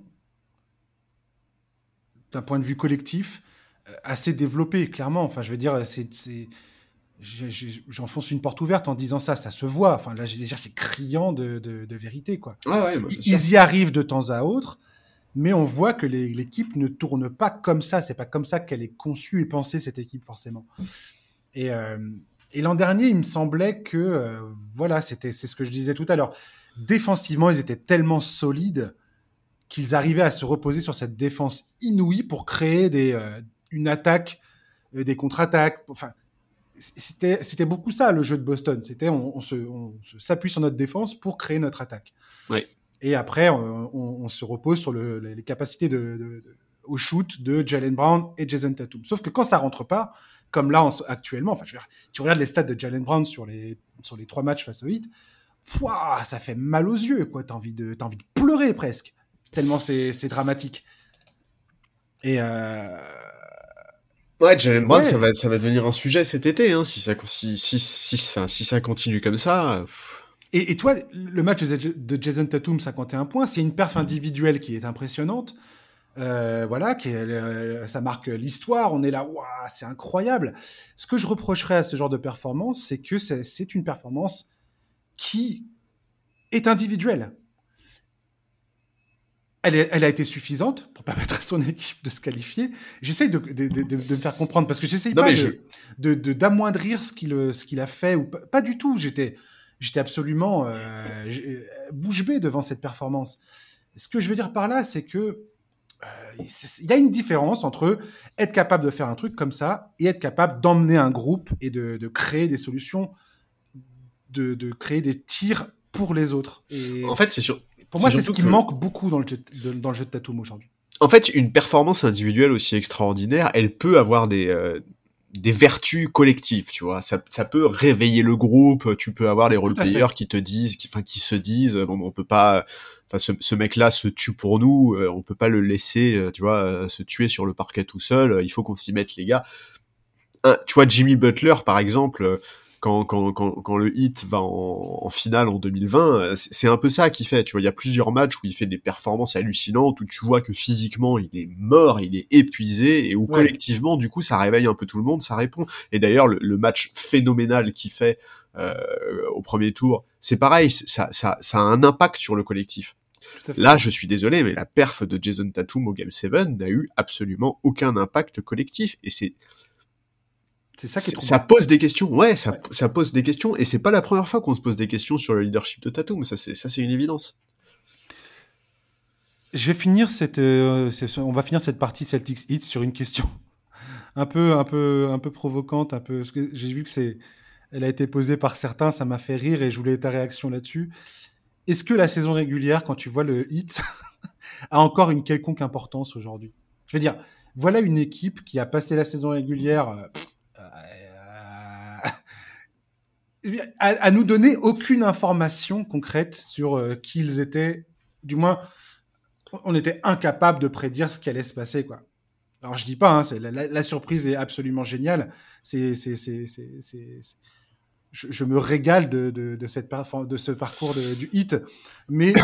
d'un point de vue collectif euh, assez développée, clairement. Enfin, je veux dire, c'est... c'est... J'enfonce une porte ouverte en disant ça, ça se voit. Enfin, là, je veux dire, c'est criant de, de, de vérité, quoi. Ah ouais, bah, ils sûr. y arrivent de temps à autre, mais on voit que les, l'équipe ne tourne pas comme ça. C'est pas comme ça qu'elle est conçue et pensée, cette équipe, forcément. Et, euh, et l'an dernier, il me semblait que, euh, voilà, c'était, c'est ce que je disais tout à l'heure. Défensivement, ils étaient tellement solides qu'ils arrivaient à se reposer sur cette défense inouïe pour créer des, euh, une attaque, euh, des contre-attaques. Enfin, c'était, c'était beaucoup ça, le jeu de Boston. C'était on, on, se, on se, s'appuie sur notre défense pour créer notre attaque. Oui. Et après, on, on, on se repose sur le, les capacités de, de, de, au shoot de Jaylen Brown et Jason Tatum. Sauf que quand ça rentre pas, comme là en, actuellement, enfin, je veux dire, tu regardes les stats de Jaylen Brown sur les, sur les trois matchs face au Heat, pouah, ça fait mal aux yeux, quoi. T'as envie de, t'as envie de pleurer presque, tellement c'est, c'est dramatique. Et euh... ouais, Jaylen Brown, ouais. ça va, ça va devenir un sujet cet été, hein, si ça, si, si, si, ça, si ça continue comme ça. Et, et toi, le match de Jason Tatum, cinquante et un points, c'est une perf individuelle qui est impressionnante. Euh, voilà, qui est, euh, ça marque l'histoire. On est là, waouh, c'est incroyable. Ce que je reprocherais à ce genre de performance, c'est que c'est, c'est une performance qui est individuelle. Elle, est, elle a été suffisante pour permettre à son équipe de se qualifier. J'essaye de, de, de, de, de me faire comprendre parce que j'essaye non, pas de, je... de, de, d'amoindrir ce qu'il, ce qu'il a fait ou pas, pas du tout. J'étais, j'étais absolument euh, bouche bée devant cette performance. Ce que je veux dire par là, c'est que euh, il y a une différence entre être capable de faire un truc comme ça et être capable d'emmener un groupe et de, de créer des solutions, de, de créer des tirs pour les autres. Et en fait, c'est sûr. Pour moi, c'est, c'est ce qui que... manque beaucoup dans le jeu de, dans le jeu de Tatum aujourd'hui. En fait, une performance individuelle aussi extraordinaire, elle peut avoir des, euh, des vertus collectives, tu vois. Ça, ça peut réveiller le groupe, tu peux avoir les role-players qui te disent, qui, enfin, qui se disent, bon, on peut pas, enfin, ce, ce mec-là se tue pour nous, euh, on peut pas le laisser, euh, tu vois, euh, se tuer sur le parquet tout seul, euh, il faut qu'on s'y mette, les gars. Un, tu vois, Jimmy Butler, par exemple, euh, Quand, quand, quand, quand le Heat va en, en finale en deux mille vingt, c'est un peu ça qu'il fait, tu vois, il y a plusieurs matchs où il fait des performances hallucinantes, où tu vois que physiquement, il est mort, il est épuisé, et où ouais. collectivement, du coup, ça réveille un peu tout le monde, ça répond. Et d'ailleurs, le, le match phénoménal qu'il fait euh, au premier tour, c'est pareil, ça, ça, ça a un impact sur le collectif. Là, je suis désolé, mais la perf de Jason Tatum au Game sept n'a eu absolument aucun impact collectif, et c'est C'est ça qui est trop ça pose des questions, ouais, ça, ouais. ça pose des questions, et c'est pas la première fois qu'on se pose des questions sur le leadership de Tatum, ça c'est, ça c'est une évidence. Je vais finir cette, euh, on va finir cette partie Celtics Heat sur une question un peu, un peu, un peu provocante, un peu, parce que j'ai vu que c'est, elle a été posée par certains, ça m'a fait rire et je voulais ta réaction là-dessus. Est-ce que la saison régulière, quand tu vois le Heat, a encore une quelconque importance aujourd'hui ? Je veux dire, voilà une équipe qui a passé la saison régulière. Euh, À, à nous donner aucune information concrète sur euh, qui ils étaient. Du moins, on était incapable de prédire ce qui allait se passer, quoi. Alors, je dis pas, hein, c'est, la, la surprise est absolument géniale. C'est, c'est, c'est, c'est, c'est, c'est... Je, je me régale de, de, de, cette perfor- de ce parcours de, du Heat, mais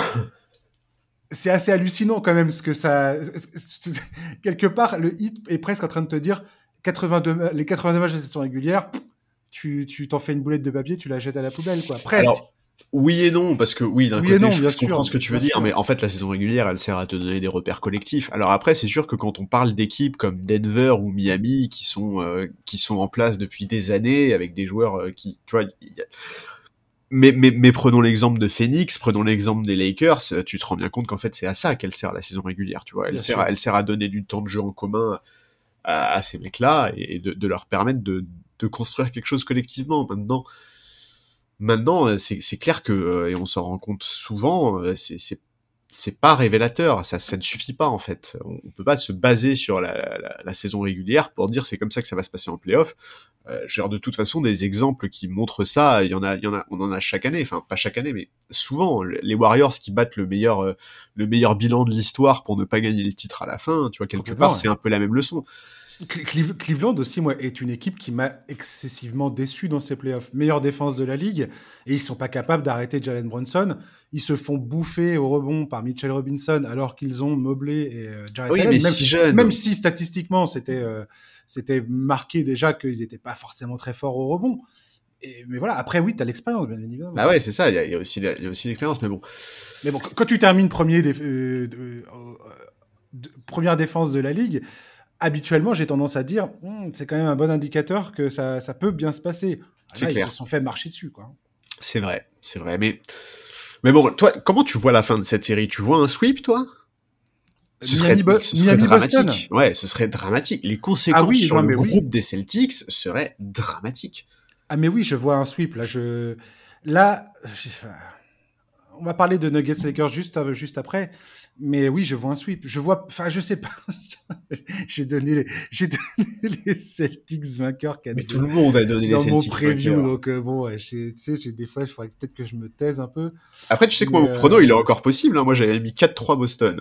c'est assez hallucinant quand même, ce que ça... Quelque part, le Heat est presque en train de te dire quatre-vingt-deux, les quatre-vingt-deux matchs de saison régulière... Tu, tu t'en fais une boulette de papier, tu la jettes à la poubelle, quoi. Presque. Alors, oui et non, parce que oui, d'un oui côté, non, je, je sûr, comprends ce que tu veux dire, sûr. mais en fait, la saison régulière, elle sert à te donner des repères collectifs. Alors après, c'est sûr que quand on parle d'équipes comme Denver ou Miami, qui sont euh, qui sont en place depuis des années, avec des joueurs euh, qui, tu vois, y a... mais, mais mais prenons l'exemple de Phoenix, prenons l'exemple des Lakers, tu te rends bien compte qu'en fait, c'est à ça qu'elle sert la saison régulière, tu vois. Elle bien sert, à, elle sert à donner du temps de jeu en commun à, à ces mecs-là et de, de leur permettre de de construire quelque chose collectivement. Maintenant, maintenant, c'est, c'est clair que, et on s'en rend compte souvent, c'est, c'est, c'est pas révélateur. Ça, ça ne suffit pas, en fait. On, on peut pas se baser sur la, la, la saison régulière pour dire c'est comme ça que ça va se passer en play-off. Euh, genre, de toute façon, des exemples qui montrent ça, il y en a, il y en a, on en a chaque année. Enfin, pas chaque année, mais souvent. Les Warriors qui battent le meilleur, euh, le meilleur bilan de l'histoire pour ne pas gagner le titre à la fin, tu vois, quelque part, ouais. c'est un peu la même leçon. Cleveland aussi, moi, est une équipe qui m'a excessivement déçu dans ces playoffs. Meilleure défense de la ligue, et ils sont pas capables d'arrêter Jalen Brunson. Ils se font bouffer au rebond par Mitchell Robinson alors qu'ils ont Mobley et euh, Jarrett oui, Allen. Mais même, si jeune. même si statistiquement c'était euh, c'était marqué déjà qu'ils n'étaient pas forcément très forts au rebond. Et, mais voilà, après oui, t'as l'expérience, bien évidemment. Bah ouais, c'est ça. Il y a, il y a aussi, il y a aussi l'expérience, mais bon. Mais bon, quand tu termines premier des, euh, de, euh, de, première défense de la ligue. Habituellement, j'ai tendance à dire, hm, c'est quand même un bon indicateur que ça, ça peut bien se passer. C'est Là, clair. Ils se sont fait marcher dessus, quoi. C'est vrai, c'est vrai. Mais, mais bon, toi, comment tu vois la fin de cette série ? Tu vois un sweep, toi ? Ce Miami, serait, Bo- ce Miami serait dramatique. Boston. Ouais, ce serait dramatique. Les conséquences ah oui, sur non, le groupe oui. des Celtics seraient dramatiques. Ah mais oui, je vois un sweep. Là, je, là, on va parler de Nuggets Lakers juste, juste après. Mais oui, je vois un sweep. Je vois, enfin, je sais pas. j'ai donné, les, j'ai donné les Celtics vainqueurs. Mais tout le monde a donné les Celtics vainqueurs. Dans mon preview, donc euh, bon, ouais, tu sais, j'ai des fois, il faudrait peut-être que je me taise un peu. Après, tu sais que moi, mon euh... prono, il est encore possible. Hein. Moi, j'avais mis quatre trois Boston.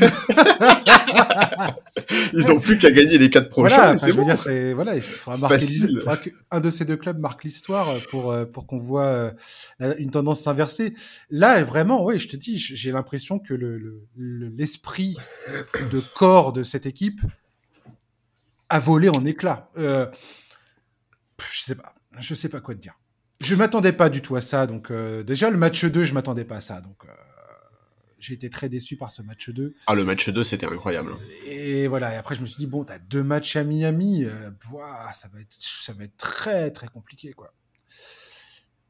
Ils ont plus qu'à gagner les quatre prochains. Voilà, et c'est je bon. veux dire, c'est voilà, il faudra marquer, il faudra qu'un de ces deux clubs marque l'histoire pour pour qu'on voit une tendance s'inverser. Là, vraiment, ouais, je te dis, j'ai l'impression que le, le l'esprit de corps de cette équipe a volé en éclats. Euh, je sais pas, je sais pas quoi te dire. Je m'attendais pas du tout à ça. Donc euh, déjà le match deux, je m'attendais pas à ça. Donc euh, j'ai été très déçu par ce match deux. Ah, le match deux, c'était incroyable. Et voilà, et après je me suis dit, bon, t'as deux matchs à Miami, euh, ouah, ça, va être, ça va être très très compliqué, quoi.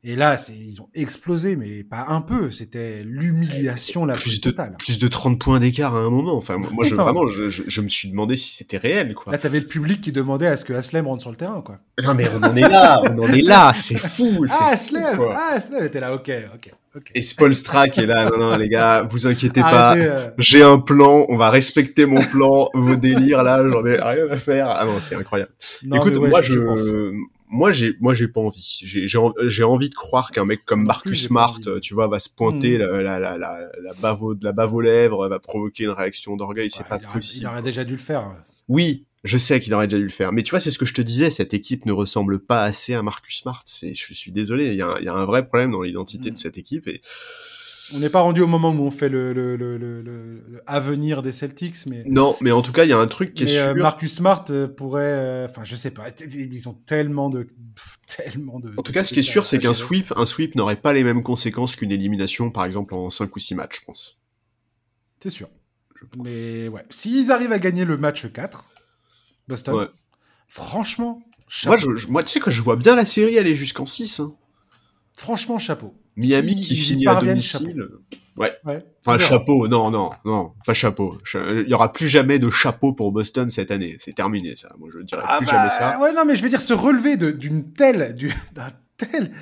Et là, c'est, ils ont explosé, mais pas un peu. C'était l'humiliation la plus, plus de, totale. Plus de trente points d'écart à un moment. Enfin, moi, je, vraiment, je, je, je me suis demandé si c'était réel, quoi. Là, t'avais le public qui demandait à ce que Aslem rentre sur le terrain, quoi. Non, mais on en est là, on en est là, c'est fou. Ah, Aslem, ah, Aslem était là, ok, ok. Okay. Et Spoelstra qui est là, non, non, les gars, vous inquiétez Arrêtez, pas, euh... j'ai un plan, on va respecter mon plan, vos délires, là, j'en ai rien à faire. Ah non, c'est incroyable. Non, Écoute, ouais, moi, je, je moi, j'ai, moi, j'ai pas envie. J'ai, j'ai, j'ai envie de croire qu'un mec comme non Marcus plus, Smart, tu vois, va se pointer, mmh. la, la, la, la, la bave aux, la bave aux lèvres, va provoquer une réaction d'orgueil, c'est ouais, pas il possible. Aurait, il aurait déjà dû le faire. Oui. Je sais qu'il aurait déjà dû le faire. Mais tu vois, c'est ce que je te disais, cette équipe ne ressemble pas assez à Marcus Smart. C'est, je suis désolé, il y a un, il y a un vrai problème dans l'identité mmh. de cette équipe. Et... On n'est pas rendu au moment où on fait le, le, le, le, le avenir des Celtics, mais... Non, mais en tout cas, il y a un truc qui mais est sûr. Euh, Marcus Smart pourrait... Enfin, euh, je sais pas, ils ont tellement de... Tellement de en tout cas, ce qui est sûr, c'est qu'un sweep, un sweep n'aurait pas les mêmes conséquences qu'une élimination, par exemple, en cinq ou six matchs, je pense. C'est sûr. Mais ouais, s'ils arrivent à gagner le match quatre... Boston. Ouais. Franchement, chapeau. Moi, je, moi, tu sais que je vois bien la série aller jusqu'en six. Hein. Franchement, chapeau. Miami si qui finit à domicile. Chapeau. Ouais. ouais. Enfin, chapeau. Non, non, non, pas chapeau. Il y aura plus jamais de chapeau pour Boston cette année. C'est terminé, ça. Moi, je dirais ah plus bah, jamais ça. Ouais, non, mais je veux dire se relever de, d'une telle, du, d'un tel.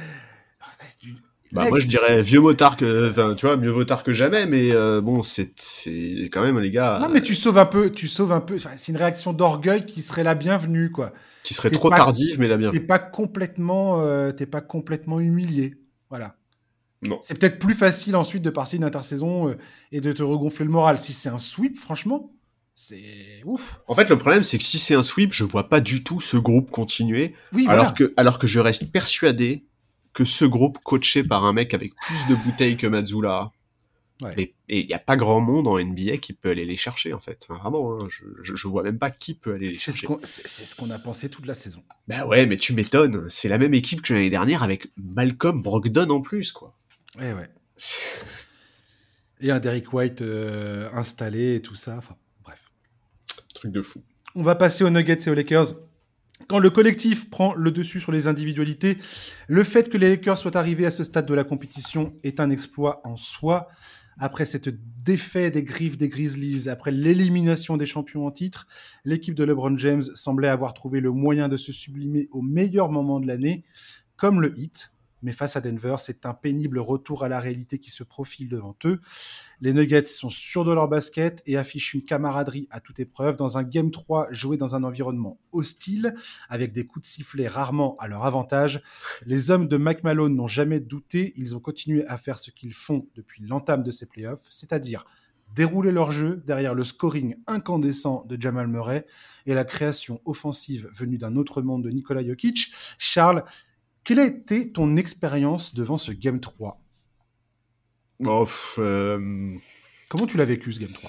Bah, moi, je dirais vieux motard que, enfin, tu vois, mieux vaut tard que jamais, mais euh, bon, c'est, c'est quand même, les gars. Non, mais tu sauves un peu, tu sauves un peu. Enfin, c'est une réaction d'orgueil qui serait la bienvenue, quoi. Qui serait t'es trop pas, tardive, mais la bienvenue. T'es pas complètement, euh, t'es pas complètement humilié, voilà. Non. C'est peut-être plus facile ensuite de passer une intersaison euh, et de te regonfler le moral. Si c'est un sweep, franchement, c'est ouf. En fait, le problème, c'est que si c'est un sweep, je vois pas du tout ce groupe continuer, oui, alors voilà. que, alors que je reste persuadé que ce groupe coaché par un mec avec plus de bouteilles que Mazzulla, ouais. et il n'y a pas grand monde en N B A qui peut aller les chercher, en fait. Enfin, vraiment, hein, je, je, je vois même pas qui peut aller les c'est chercher. Ce qu'on, c'est, c'est ce qu'on a pensé toute la saison. Ben ouais, mais tu m'étonnes. C'est la même équipe que l'année dernière avec Malcolm Brogdon en plus, quoi. Ouais, ouais. Et un Derrick White euh, installé et tout ça. Enfin, bref. Truc de fou. On va passer aux Nuggets et aux Lakers. Quand le collectif prend le dessus sur les individualités, le fait que les Lakers soient arrivés à ce stade de la compétition est un exploit en soi. Après cette défaite des griffes des Grizzlies, après l'élimination des champions en titre, l'équipe de LeBron James semblait avoir trouvé le moyen de se sublimer au meilleur moment de l'année, comme le Heat. Mais face à Denver, c'est un pénible retour à la réalité qui se profile devant eux. Les Nuggets sont sûrs de leur basket et affichent une camaraderie à toute épreuve dans un Game trois joué dans un environnement hostile, avec des coups de sifflet rarement à leur avantage. Les hommes de Mike Malone n'ont jamais douté, ils ont continué à faire ce qu'ils font depuis l'entame de ces playoffs, c'est-à-dire dérouler leur jeu derrière le scoring incandescent de Jamal Murray et la création offensive venue d'un autre monde de Nikola Jokic. Charles, quelle a été ton expérience devant ce Game trois ? Oh, euh... Comment tu l'as vécu, ce Game trois ?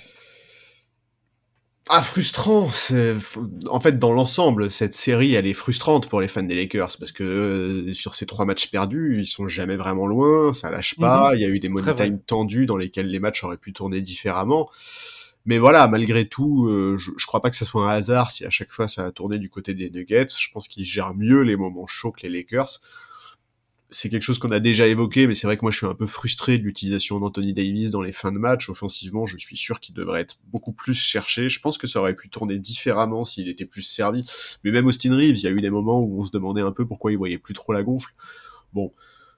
Ah, frustrant. C'est... En fait, dans l'ensemble, cette série, elle est frustrante pour les fans des Lakers, parce que euh, sur ces trois matchs perdus, ils sont jamais vraiment loin, ça lâche pas, mm-hmm. Il y a eu des money time tendus dans lesquels les matchs auraient pu tourner différemment. Mais voilà, malgré tout, euh, je, je crois pas que ça soit un hasard si à chaque fois ça a tourné du côté des Nuggets. Je pense qu'ils gèrent mieux les moments chauds que les Lakers. C'est quelque chose qu'on a déjà évoqué, mais c'est vrai que moi je suis un peu frustré de l'utilisation d'Anthony Davis dans les fins de match. Offensivement, je suis sûr qu'il devrait être beaucoup plus cherché. Je pense que ça aurait pu tourner différemment s'il était plus servi. Mais même Austin Reeves, il y a eu des moments où on se demandait un peu pourquoi il voyait plus trop la gonfle. Bon.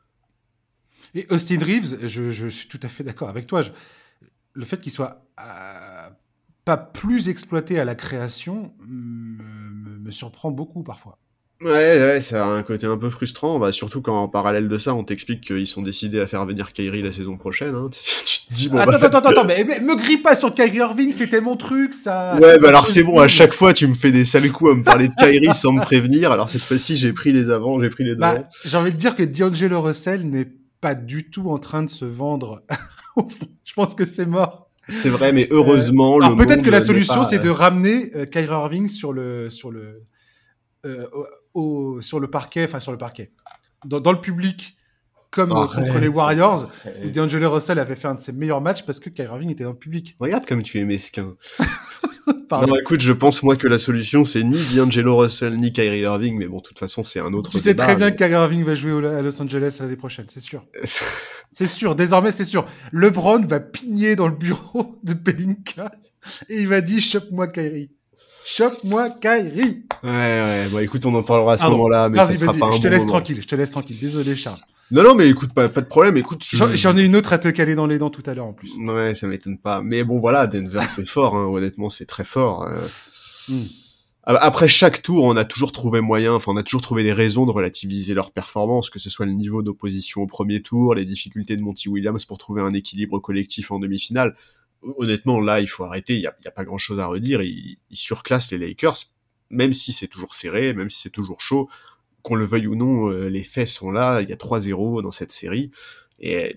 Et Austin Reeves, je, je suis tout à fait d'accord avec toi. Je... Le fait qu'il soit euh, pas plus exploité à la création me, me, me surprend beaucoup parfois. Ouais, ouais, ça a un côté un peu frustrant, bah, surtout quand en parallèle de ça, on t'explique qu'ils sont décidés à faire venir Kyrie la saison prochaine. Hein. Tu te dis, bon, attends, bah... attends, attends, attends, mais, mais me grille pas sur Kyrie Irving, c'était mon truc, ça. Ouais, bah alors c'est bon, à chaque fois tu me fais des sales coups à me parler de Kyrie sans me prévenir, alors cette fois-ci j'ai pris les avant, j'ai pris les devants. Bah, j'ai envie de dire que D'Angelo Russell n'est pas du tout en train de se vendre. Je pense que c'est mort. C'est vrai, mais heureusement, euh, alors, le peut-être monde que la solution, pas... c'est de ramener euh, Kyrie Irving sur le, sur le, euh, au, au, sur le parquet, enfin sur le parquet, dans, dans le public, comme arrête, contre les Warriors. D'Angelo Russell avait fait un de ses meilleurs matchs parce que Kyrie Irving était dans le public. Regarde comme tu es mesquin. Non, écoute, je pense moi que la solution c'est ni D'Angelo Russell ni Kyrie Irving, mais bon, de toute façon c'est un autre. Tu sais débat, très bien mais... que Kyrie Irving va jouer au, à Los Angeles l'année prochaine, c'est sûr. C'est sûr, désormais c'est sûr. LeBron va pigner dans le bureau de Pelinka et il va dire chope-moi Kyrie. Chope-moi Kyrie. Ouais, ouais, bon écoute, on en parlera à ce Pardon. moment-là, mais vas-y, ça sera vas-y, pas un je te bon laisse moment. tranquille, je te laisse tranquille. Désolé Charles. Non, non, mais écoute, pas, pas de problème, écoute. Je... J'en, j'en ai une autre à te caler dans les dents tout à l'heure en plus. Ouais, ça m'étonne pas. Mais bon, voilà, Denver c'est fort, hein, honnêtement c'est très fort. Euh... Mm. Après chaque tour, on a toujours trouvé moyen, enfin on a toujours trouvé des raisons de relativiser leur performance, que ce soit le niveau d'opposition au premier tour, les difficultés de Monty Williams pour trouver un équilibre collectif en demi-finale. Honnêtement, là, il faut arrêter, il y a, y a pas grand-chose à redire, ils, ils surclassent les Lakers, même si c'est toujours serré, même si c'est toujours chaud, qu'on le veuille ou non, euh, les faits sont là, il y a trois zéro dans cette série, et...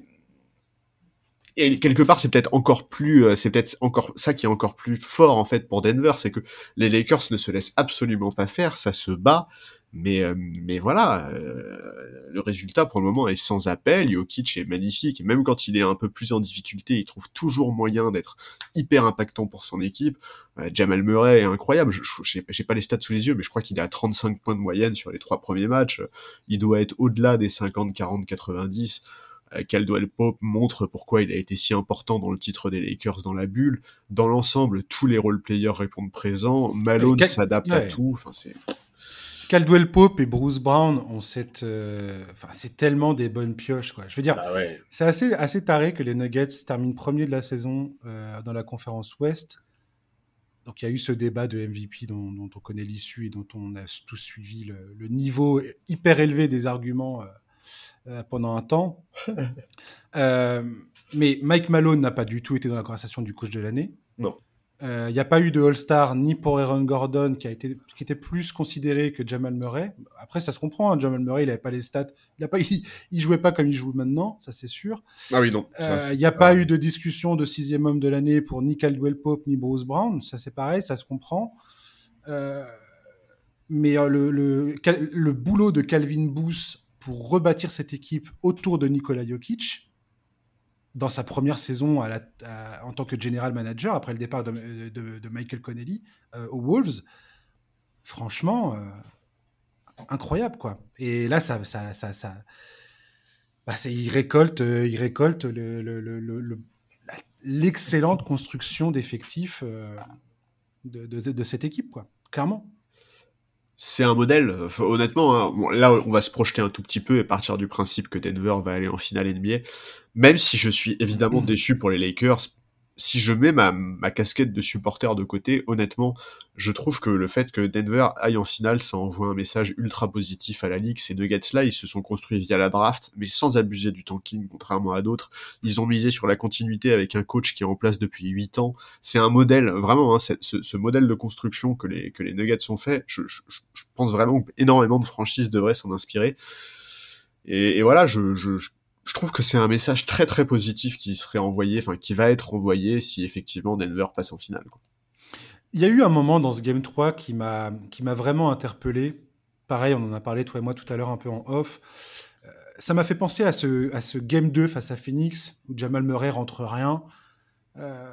Et quelque part, c'est peut-être encore plus, c'est peut-être encore ça qui est encore plus fort en fait pour Denver, c'est que les Lakers ne se laissent absolument pas faire, ça se bat, mais mais voilà, euh, le résultat pour le moment est sans appel. Jokic est magnifique, et même quand il est un peu plus en difficulté, il trouve toujours moyen d'être hyper impactant pour son équipe. Euh, Jamal Murray est incroyable, je, je, j'ai pas les stats sous les yeux, mais je crois qu'il est à trente-cinq points de moyenne sur les trois premiers matchs. Il doit être au-delà des cinquante, quarante, quatre-vingt-dix. Caldwell Pope montre pourquoi il a été si important dans le titre des Lakers dans la bulle. Dans l'ensemble, tous les role-players répondent présents. Malone Cal- s'adapte ouais. à tout. Enfin, c'est... Caldwell Pope et Bruce Brown ont cette, euh... enfin, c'est tellement des bonnes pioches, quoi. Je veux dire, bah ouais. c'est assez, assez taré que les Nuggets terminent premier de la saison euh, dans la conférence Ouest. Donc, il y a eu ce débat de M V P dont, dont on connaît l'issue et dont on a tous suivi le, le niveau hyper élevé des arguments. Euh, Euh, pendant un temps. euh, mais Mike Malone n'a pas du tout été dans la conversation du coach de l'année. Non. Il euh, n'y a pas eu de All-Star ni pour Aaron Gordon, qui, a été, qui était plus considéré que Jamal Murray. Après, ça se comprend. Hein, Jamal Murray, il n'avait pas les stats. Il ne jouait pas comme il joue maintenant, ça c'est sûr. Ah oui, non. Il euh, n'y a pas eu de discussion de sixième homme de l'année pour ni Caldwell Pope ni Bruce Brown. Ça c'est pareil, ça se comprend. Euh, mais euh, le, le, le boulot de Calvin Booth pour rebâtir cette équipe autour de Nikola Jokic dans sa première saison à la, à, en tant que general manager après le départ de, de, de Michael Connelly euh, aux Wolves, franchement euh, incroyable quoi. Et là ça, ça, ça, ça bah, c'est, il récolte, euh, il récolte le, le, le, le, l'excellente construction d'effectifs euh, de, de, de cette équipe quoi, clairement. C'est un modèle, enfin, honnêtement, hein, bon, là on va se projeter un tout petit peu et partir du principe que Denver va aller en finale N B A, même si je suis évidemment déçu pour les Lakers. Si je mets ma, ma casquette de supporter de côté, honnêtement, je trouve que le fait que Denver aille en finale, ça envoie un message ultra positif à la Ligue. Ces Nuggets-là, ils se sont construits via la draft, mais sans abuser du tanking, contrairement à d'autres. Ils ont misé sur la continuité avec un coach qui est en place depuis huit ans. C'est un modèle, vraiment, hein, ce, ce modèle de construction que les, que les Nuggets ont fait, je, je, je pense vraiment qu'énormément de franchises devraient s'en inspirer. Et, et voilà, je... je, je Je trouve que c'est un message très très positif qui serait envoyé, enfin qui va être envoyé si effectivement Denver passe en finale, quoi. Il y a eu un moment dans ce Game trois qui m'a, qui m'a vraiment interpellé. Pareil, on en a parlé toi et moi tout à l'heure un peu en off. Euh, ça m'a fait penser à ce, à ce Game deux face à Phoenix où Jamal Murray rentre rien. Euh,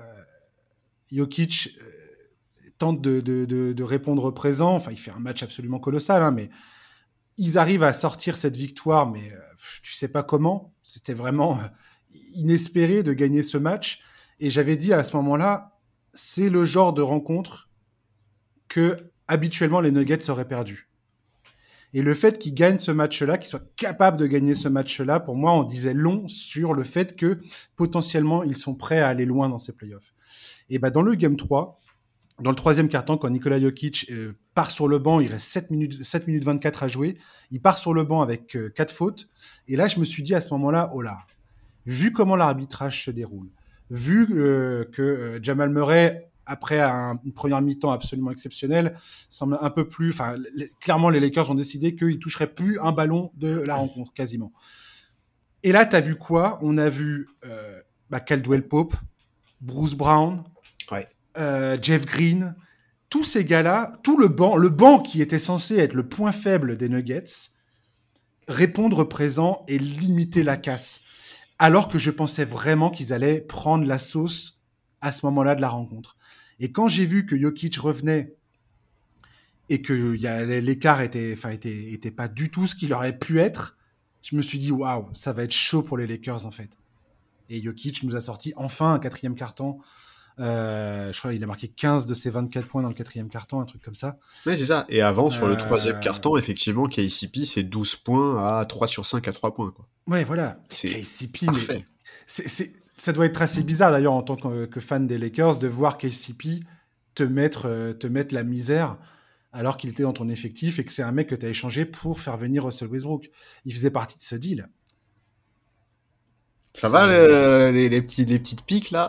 Jokic euh, tente de, de, de, de répondre présent. Enfin, il fait un match absolument colossal, hein, mais ils arrivent à sortir cette victoire, mais euh, tu sais pas comment. C'était vraiment euh, inespéré de gagner ce match. Et j'avais dit à ce moment-là, c'est le genre de rencontre que habituellement les Nuggets auraient perdu. Et le fait qu'ils gagnent ce match-là, qu'ils soient capables de gagner ce match-là, pour moi, on disait long sur le fait que potentiellement ils sont prêts à aller loin dans ces playoffs. Et ben dans le Game trois, dans le troisième quart-temps, quand Nikola Jokic euh, part sur le banc, il reste sept minutes, sept minutes vingt-quatre à jouer, il part sur le banc avec euh, quatre fautes, et là je me suis dit à ce moment-là, oh là, vu comment l'arbitrage se déroule, vu euh, que euh, Jamal Murray, après un, une première mi-temps absolument exceptionnelle, semble un peu plus, enfin clairement les Lakers ont décidé qu'ils toucheraient plus un ballon de la rencontre, quasiment. Et là t'as vu quoi ? On a vu euh, bah, Caldwell Pope, Bruce Brown, ouais. Euh, Jeff Green, tous ces gars-là, tout le banc, le banc qui était censé être le point faible des Nuggets, répondre présent et limiter la casse. Alors que je pensais vraiment qu'ils allaient prendre la sauce à ce moment-là de la rencontre. Et quand j'ai vu que Jokic revenait et que y a, l'écart était, enfin, était, était pas du tout ce qu'il aurait pu être, je me suis dit, waouh, ça va être chaud pour les Lakers, en fait. Et Jokic nous a sorti enfin un quatrième quart-temps. Euh, je crois qu'il a marqué quinze de ses vingt-quatre points dans le quatrième quart-temps, un truc comme ça. Oui, c'est ça. Et avant, sur le Euh... troisième quart-temps, effectivement, K C P, c'est douze points à trois sur cinq à trois points, quoi. Ouais, voilà. C'est K C P, parfait. mais c'est, c'est, ça doit être assez bizarre, d'ailleurs, en tant que, que fan des Lakers, de voir K C P te mettre, euh, te mettre la misère alors qu'il était dans ton effectif et que c'est un mec que tu as échangé pour faire venir Russell Westbrook. Il faisait partie de ce deal. Ça c'est... va le, les, les, petits, les petites piques là?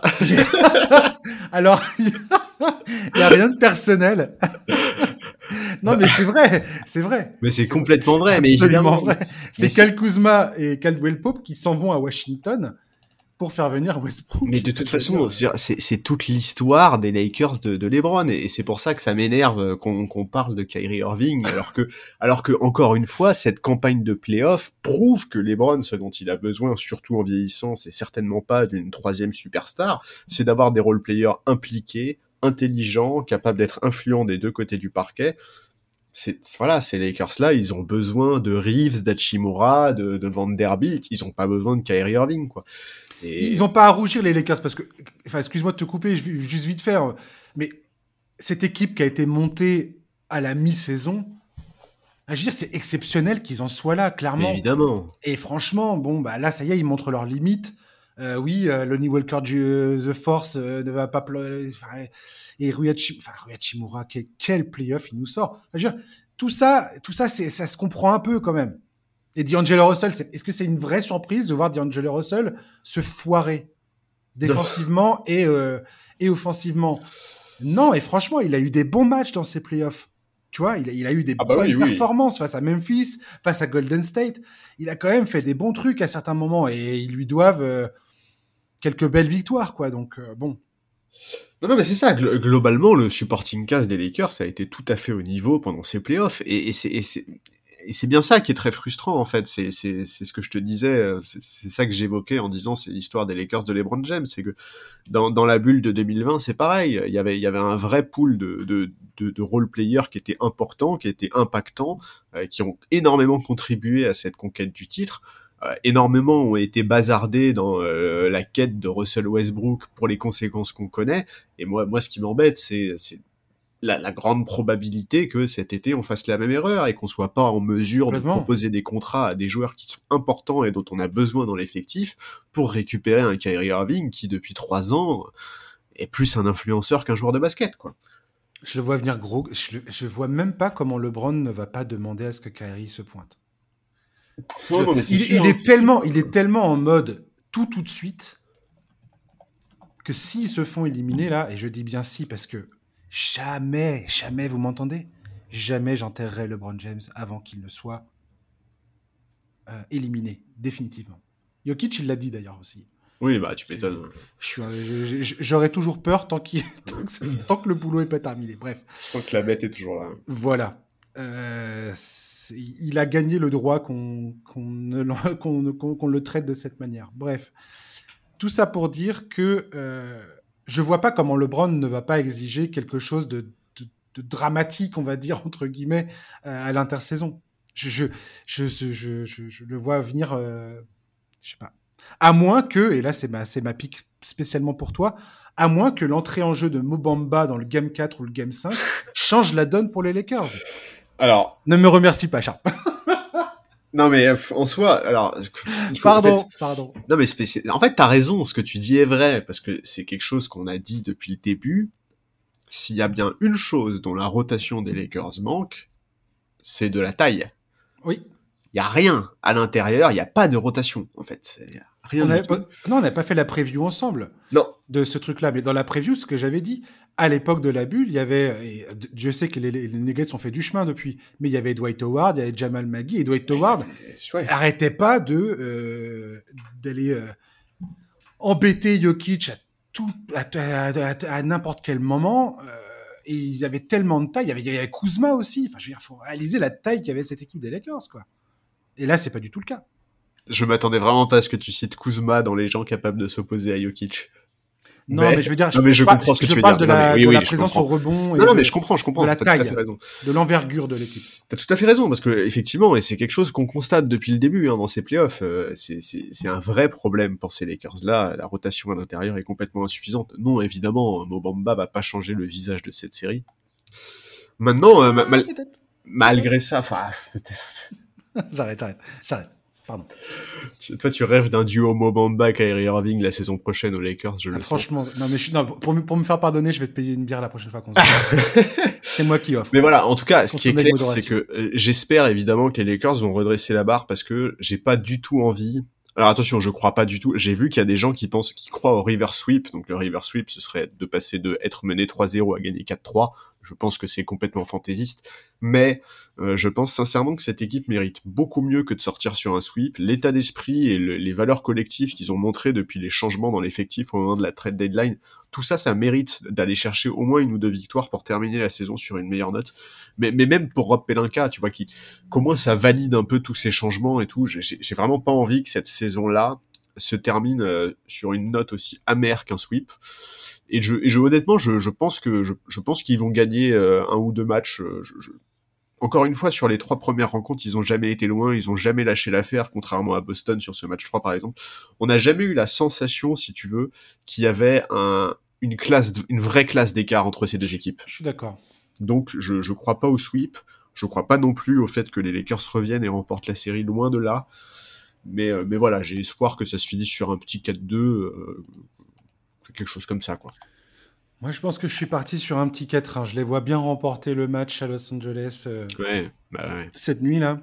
Alors, il n'y a rien de personnel. Non, mais c'est vrai, c'est vrai. Mais c'est, c'est complètement c'est vrai, mais absolument mais vrai. C'est Kyle Kuzma et Caldwell Pope qui s'en vont à Washington pour faire venir Westbrook. Mais de toute façon, c'est, c'est, c'est toute l'histoire des Lakers de, de LeBron, et c'est pour ça que ça m'énerve qu'on, qu'on parle de Kyrie Irving, alors que, alors que encore une fois, cette campagne de playoff prouve que LeBron, ce dont il a besoin, surtout en vieillissant, c'est certainement pas d'une troisième superstar, c'est d'avoir des role-players impliqués, intelligents, capables d'être influents des deux côtés du parquet. C'est, voilà, ces Lakers-là, ils ont besoin de Reeves, d'Hachimura, de, de Vanderbilt, ils ont pas besoin de Kyrie Irving, quoi. Et... Ils ont pas à rougir, les Lakers, parce que, enfin, excuse-moi de te couper, juste vite faire, mais cette équipe qui a été montée à la mi-saison, je veux dire, c'est exceptionnel qu'ils en soient là, clairement. Mais évidemment. Et franchement, bon, bah là, ça y est, ils montrent leurs limites. Euh, oui, euh, Lonnie Walker du euh, The Force euh, ne va pas pleurer. Et Rui Hachimura, enfin, Rui Hachimura, quel, quel playoff il nous sort. Je veux dire, tout ça, tout ça, c'est, ça se comprend un peu quand même. Et D'Angelo Russell, c'est, est-ce que c'est une vraie surprise de voir D'Angelo Russell se foirer défensivement et, euh, et offensivement? Non, et franchement, il a eu des bons matchs dans ses playoffs. Tu vois, il a, il a eu des ah bah bonnes oui, oui. performances face à Memphis, face à Golden State. Il a quand même fait des bons trucs à certains moments et ils lui doivent euh, quelques belles victoires, quoi. Donc, euh, bon. Non, non, mais c'est ça. Gl- globalement, le supporting cast des Lakers, ça a été tout à fait au niveau pendant ces playoffs. Et, et, c'est, et, c'est, et c'est bien ça qui est très frustrant, en fait. C'est, c'est, c'est ce que je te disais. C'est, c'est ça que j'évoquais en disant c'est l'histoire des Lakers de LeBron James. C'est que dans, dans la bulle de deux mille vingt, c'est pareil. Il y avait, il y avait un vrai pool de, de, de, de role-players qui étaient importants, qui étaient impactants, euh, qui ont énormément contribué à cette conquête du titre. Euh, énormément ont été bazardés dans euh, la quête de Russell Westbrook pour les conséquences qu'on connaît. Et moi, moi, ce qui m'embête, c'est, c'est la, la grande probabilité que cet été on fasse la même erreur et qu'on soit pas en mesure de proposer des contrats à des joueurs qui sont importants et dont on a besoin dans l'effectif pour récupérer un Kyrie Irving qui depuis trois ans est plus un influenceur qu'un joueur de basket, quoi. Je le vois venir gros. Je, je vois même pas comment LeBron ne va pas demander à ce que Kyrie se pointe. Je, non, non, il, sûr, il, est tellement, il est tellement en mode tout tout de suite que s'ils se font éliminer là, et je dis bien si parce que jamais, jamais, vous m'entendez, jamais j'enterrerai LeBron James avant qu'il ne soit euh, éliminé définitivement. Jokic, il l'a dit d'ailleurs aussi. Oui, bah tu m'étonnes. Je suis, je, je, j'aurais toujours peur tant, qu'il, tant, que ça, tant que le boulot n'est pas terminé. Bref. Tant que la bête est toujours là. Voilà. Euh, il a gagné le droit qu'on, qu'on, ne, qu'on, qu'on, qu'on le traite de cette manière. Bref. Tout ça pour dire que euh, je vois pas comment LeBron ne va pas exiger quelque chose de, de, de dramatique, on va dire, entre guillemets, euh, à l'intersaison. Je, je, je, je, je, je le vois venir, euh, je sais pas. À moins que, et là c'est ma, c'est ma pique spécialement pour toi, à moins que l'entrée en jeu de Mo Bamba dans le Game quatre ou le Game cinq change la donne pour les Lakers. Alors... Ne me remercie pas, Charles. Non mais en soi, alors... Pardon, en fait, pardon. Non mais c'est, en fait t'as raison, ce que tu dis est vrai, parce que c'est quelque chose qu'on a dit depuis le début. S'il y a bien une chose dont la rotation des Lakers manque, c'est de la taille. Oui. Il y a rien à l'intérieur, il y a pas de rotation en fait. Y a rien on du tout. Pas... Non, on n'a pas fait la preview ensemble. Non. De ce truc-là, mais dans la preview, ce que j'avais dit, à l'époque de la bulle, il y avait, et Dieu sait que les, les Nuggets ont fait du chemin depuis, mais il y avait Dwight Howard, il y avait Jamal Magui, et Dwight Howard ouais. arrêtait pas de euh, d'aller euh, embêter Jokic à tout, à, à, à, à n'importe quel moment. Euh, et ils avaient tellement de taille. Il y avait, il y avait Kuzma aussi. Enfin, je veux dire, faut réaliser la taille qu'avait cette équipe des Lakers, quoi. Et là, c'est pas du tout le cas. Je m'attendais vraiment pas à ce que tu cites Kuzma dans les gens capables de s'opposer à Jokic. Non, mais, mais je veux dire, non, mais je, je comprends ce que je tu veux parle dire. de la, non, mais, oui, de oui, la présence au rebond. Et non, non, de, mais je comprends, je comprends. De la t'as taille, tout à fait raison. De l'envergure de l'équipe. T'as tout à fait raison, parce que effectivement, et c'est quelque chose qu'on constate depuis le début hein, dans ces playoffs, euh, c'est, c'est, c'est un vrai problème pour ces Lakers-là. La rotation à l'intérieur est complètement insuffisante. Non, évidemment, Mo Bamba va pas changer le visage de cette série. Maintenant, euh, ma- mal- malgré ça, enfin, j'arrête, j'arrête, j'arrête. Pardon. Tu- Toi, tu rêves d'un duo Mo Bamba Kyrie Irving la saison prochaine aux Lakers, je ah, le franchement, sens. non, mais je, non, pour, me, pour me faire pardonner, je vais te payer une bière la prochaine fois qu'on se voit. C'est moi qui offre. Mais voilà, en tout cas, ce qui est Consommez avec clair, c'est modération. que euh, j'espère évidemment que les Lakers vont redresser la barre parce que j'ai pas du tout envie. Alors attention, je crois pas du tout. J'ai vu qu'il y a des gens qui pensent, qui croient au river sweep. Donc le river sweep, ce serait de passer de être mené trois zéro à gagner quatre trois. Je pense que c'est complètement fantaisiste. Mais euh, je pense sincèrement que cette équipe mérite beaucoup mieux que de sortir sur un sweep. L'état d'esprit et le, les valeurs collectives qu'ils ont montrées depuis les changements dans l'effectif au moment de la trade deadline, tout ça, ça mérite d'aller chercher au moins une ou deux victoires pour terminer la saison sur une meilleure note. Mais, mais même pour Rob Pelinka, tu vois, qui, qu'au moins ça valide un peu tous ces changements et tout. J'ai, j'ai vraiment pas envie que cette saison-là se termine euh, sur une note aussi amère qu'un sweep. Et je, et je honnêtement, je, je pense que je, je pense qu'ils vont gagner euh, un ou deux matchs. Je, je... Encore une fois, sur les trois premières rencontres, ils ont jamais été loin, ils ont jamais lâché l'affaire, contrairement à Boston sur ce match trois par exemple. On n'a jamais eu la sensation, si tu veux, qu'il y avait un, une classe, une vraie classe d'écart entre ces deux équipes. Je suis d'accord. Donc, je, je crois pas au sweep. Je crois pas non plus au fait que les Lakers reviennent et remportent la série, loin de là. Mais, euh, mais voilà, j'ai espoir que ça se finisse sur un petit quatre deux, euh, quelque chose comme ça, quoi. Moi, je pense que je suis parti sur un petit quatre un. Je les vois bien remporter le match à Los Angeles euh, ouais, bah ouais. cette nuit-là.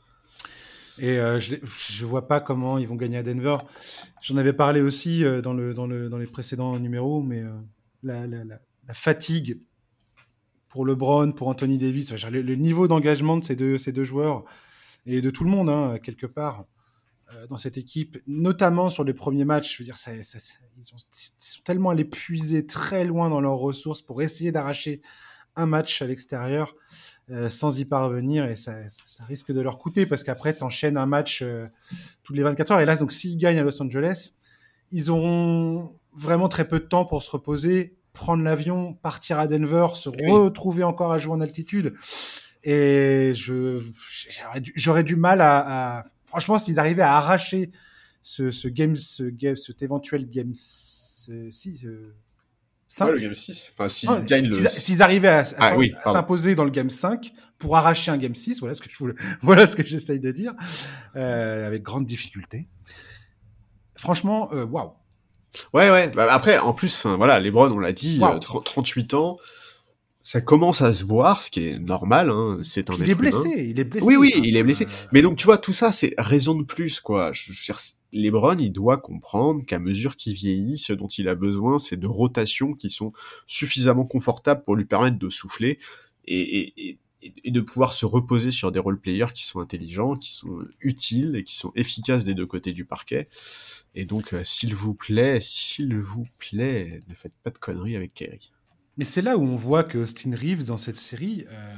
Et euh, je ne vois pas comment ils vont gagner à Denver. J'en avais parlé aussi euh, dans, le, dans, le, dans les précédents numéros, mais euh, la, la, la, la fatigue pour LeBron, pour Anthony Davis, enfin, le, le niveau d'engagement de ces deux, ces deux joueurs et de tout le monde, hein, quelque part, euh, dans cette équipe, notamment sur les premiers matchs, je veux dire, ça, ça, ça, ils, ont, ils sont tellement allés puiser très loin dans leurs ressources pour essayer d'arracher un match à l'extérieur euh, sans y parvenir, et ça, ça risque de leur coûter parce qu'après t'enchaînes un match euh, toutes les vingt-quatre heures, et là donc s'ils gagnent à Los Angeles, ils auront vraiment très peu de temps pour se reposer, prendre l'avion, partir à Denver, se oui. retrouver encore à jouer en altitude, et je j'aurais du, j'aurais du mal à, à... franchement, s'ils arrivaient à arracher ce, ce game ce game cet éventuel game six euh, cinq. Ouais, le game six. Enfin, s'ils oh, gagnent s'ils, le... s'ils arrivaient à, à, ah, oui, à s'imposer dans le game cinq pour arracher un game six, voilà ce que je voulais, voilà ce que j'essaye de dire, euh, avec grande difficulté. Franchement, waouh. Wow. Ouais, ouais. Bah, après, en plus, hein, voilà, LeBron, on l'a dit, wow. euh, trente-huit ans, ça commence à se voir, ce qui est normal, hein, c'est un il être est blessé, humain. il est blessé. Oui, oui, il est blessé. Euh... Mais donc, tu vois, tout ça, c'est raison de plus, quoi. Je veux dire, LeBron, il doit comprendre qu'à mesure qu'il vieillit, ce dont il a besoin, c'est de rotations qui sont suffisamment confortables pour lui permettre de souffler et, et, et, et de pouvoir se reposer sur des role-players qui sont intelligents, qui sont utiles et qui sont efficaces des deux côtés du parquet. Et donc, euh, s'il vous plaît, s'il vous plaît, ne faites pas de conneries avec Kyrie. Mais c'est là où on voit que Austin Reeves, dans cette série... Euh...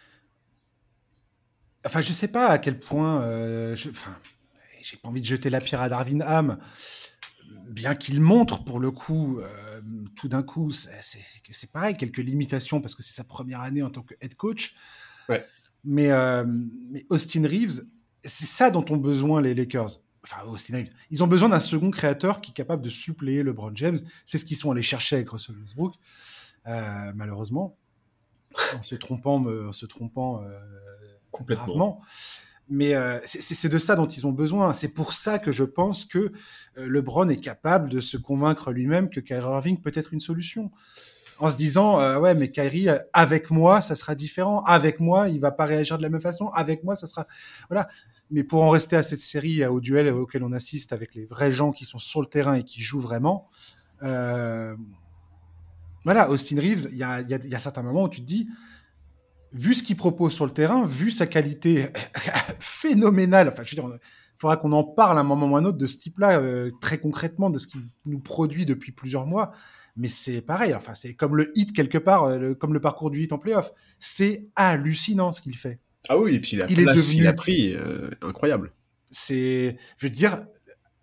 Enfin, je sais pas à quel point... Euh, je... Enfin, j'ai pas envie de jeter la pierre à Darvin Ham, bien qu'il montre, pour le coup, euh, tout d'un coup, c'est, c'est, c'est pareil, quelques limitations, parce que c'est sa première année en tant que head coach. Ouais. Mais, euh, mais Austin Reeves, c'est ça dont ont besoin les Lakers. Enfin, Austin Reeves. Ils ont besoin d'un second créateur qui est capable de suppléer LeBron James. C'est ce qu'ils sont allés chercher avec Russell Westbrook. Euh, malheureusement, en se trompant, en se trompant euh, complètement. Gravement. Mais euh, c'est, c'est de ça dont ils ont besoin. C'est pour ça que je pense que euh, LeBron est capable de se convaincre lui-même que Kyrie Irving peut être une solution. En se disant, euh, ouais, mais Kyrie, euh, avec moi, ça sera différent. Avec moi, il va pas réagir de la même façon. Avec moi, ça sera... Voilà. Mais pour en rester à cette série, au duel auquel on assiste avec les vrais gens qui sont sur le terrain et qui jouent vraiment... Euh... Voilà, Austin Reeves, il y a, y, a, y a certains moments où tu te dis, vu ce qu'il propose sur le terrain, vu sa qualité phénoménale, enfin, je veux dire, il faudra qu'on en parle à un moment ou à un autre de ce type-là, euh, très concrètement, de ce qu'il nous produit depuis plusieurs mois. Mais c'est pareil, enfin, c'est comme le hit quelque part, euh, le, comme le parcours du hit en play-off. C'est hallucinant ce qu'il fait. Ah oui, et puis la il place est devenu... qu'il a pris, euh, incroyable. C'est, je veux dire,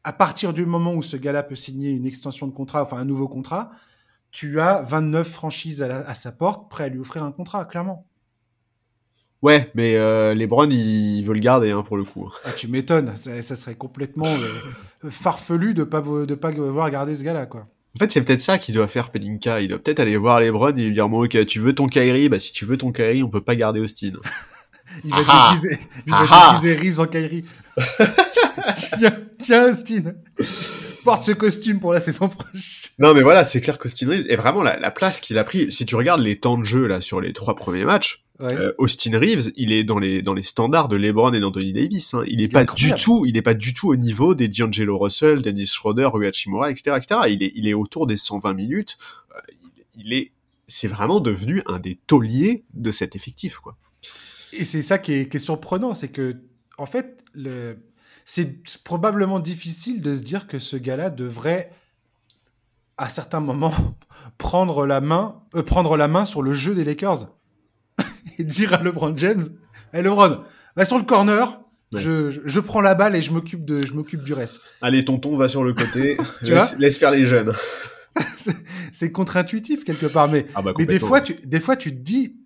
à partir du moment où ce gars-là peut signer une extension de contrat, enfin un nouveau contrat, tu as vingt-neuf franchises à, la, à sa porte, prêts à lui offrir un contrat, clairement. Ouais, mais euh, LeBron, il, il veut le garder, hein, pour le coup. Ah, tu m'étonnes, ça, ça serait complètement euh, farfelu de pas de pas vouloir garder ce gars-là, quoi. En fait, c'est peut-être ça qu'il doit faire, Pelinka. Il doit peut-être aller voir LeBron et lui dire, bon, ok, tu veux ton Kyrie, bah si tu veux ton Kyrie, on peut pas garder Austin. il va ah déguiser, il va ah déguiser Reeves en Kyrie. tiens, tiens, Austin, porte ce costume pour la saison prochaine. Non, mais voilà, c'est clair qu'Austin Reeves est vraiment la, la place qu'il a pris. Si tu regardes les temps de jeu là sur les trois premiers matchs, ouais. euh, Austin Reeves, il est dans les dans les standards de LeBron et d'Anthony Davis. Hein. Il est il pas est du tout, il est pas du tout au niveau des D'Angelo Russell, Dennis Schroeder, Rui Hachimura, et cetera, et cetera. Il est il est autour des cent vingt minutes. Euh, il, il est, c'est vraiment devenu un des tauliers de cet effectif, quoi. Et c'est ça qui est, qui est surprenant, c'est que en fait, le, c'est probablement difficile de se dire que ce gars-là devrait à certains moments prendre la main, euh, prendre la main sur le jeu des Lakers et dire à LeBron James, hey LeBron, va sur le corner, ouais. je, je, je prends la balle et je m'occupe de, je m'occupe du reste. Allez, tonton, va sur le côté, laisse, laisse faire les jeunes. c'est, c'est contre-intuitif quelque part, mais, ah bah, mais des fois, tu, des fois, tu te dis,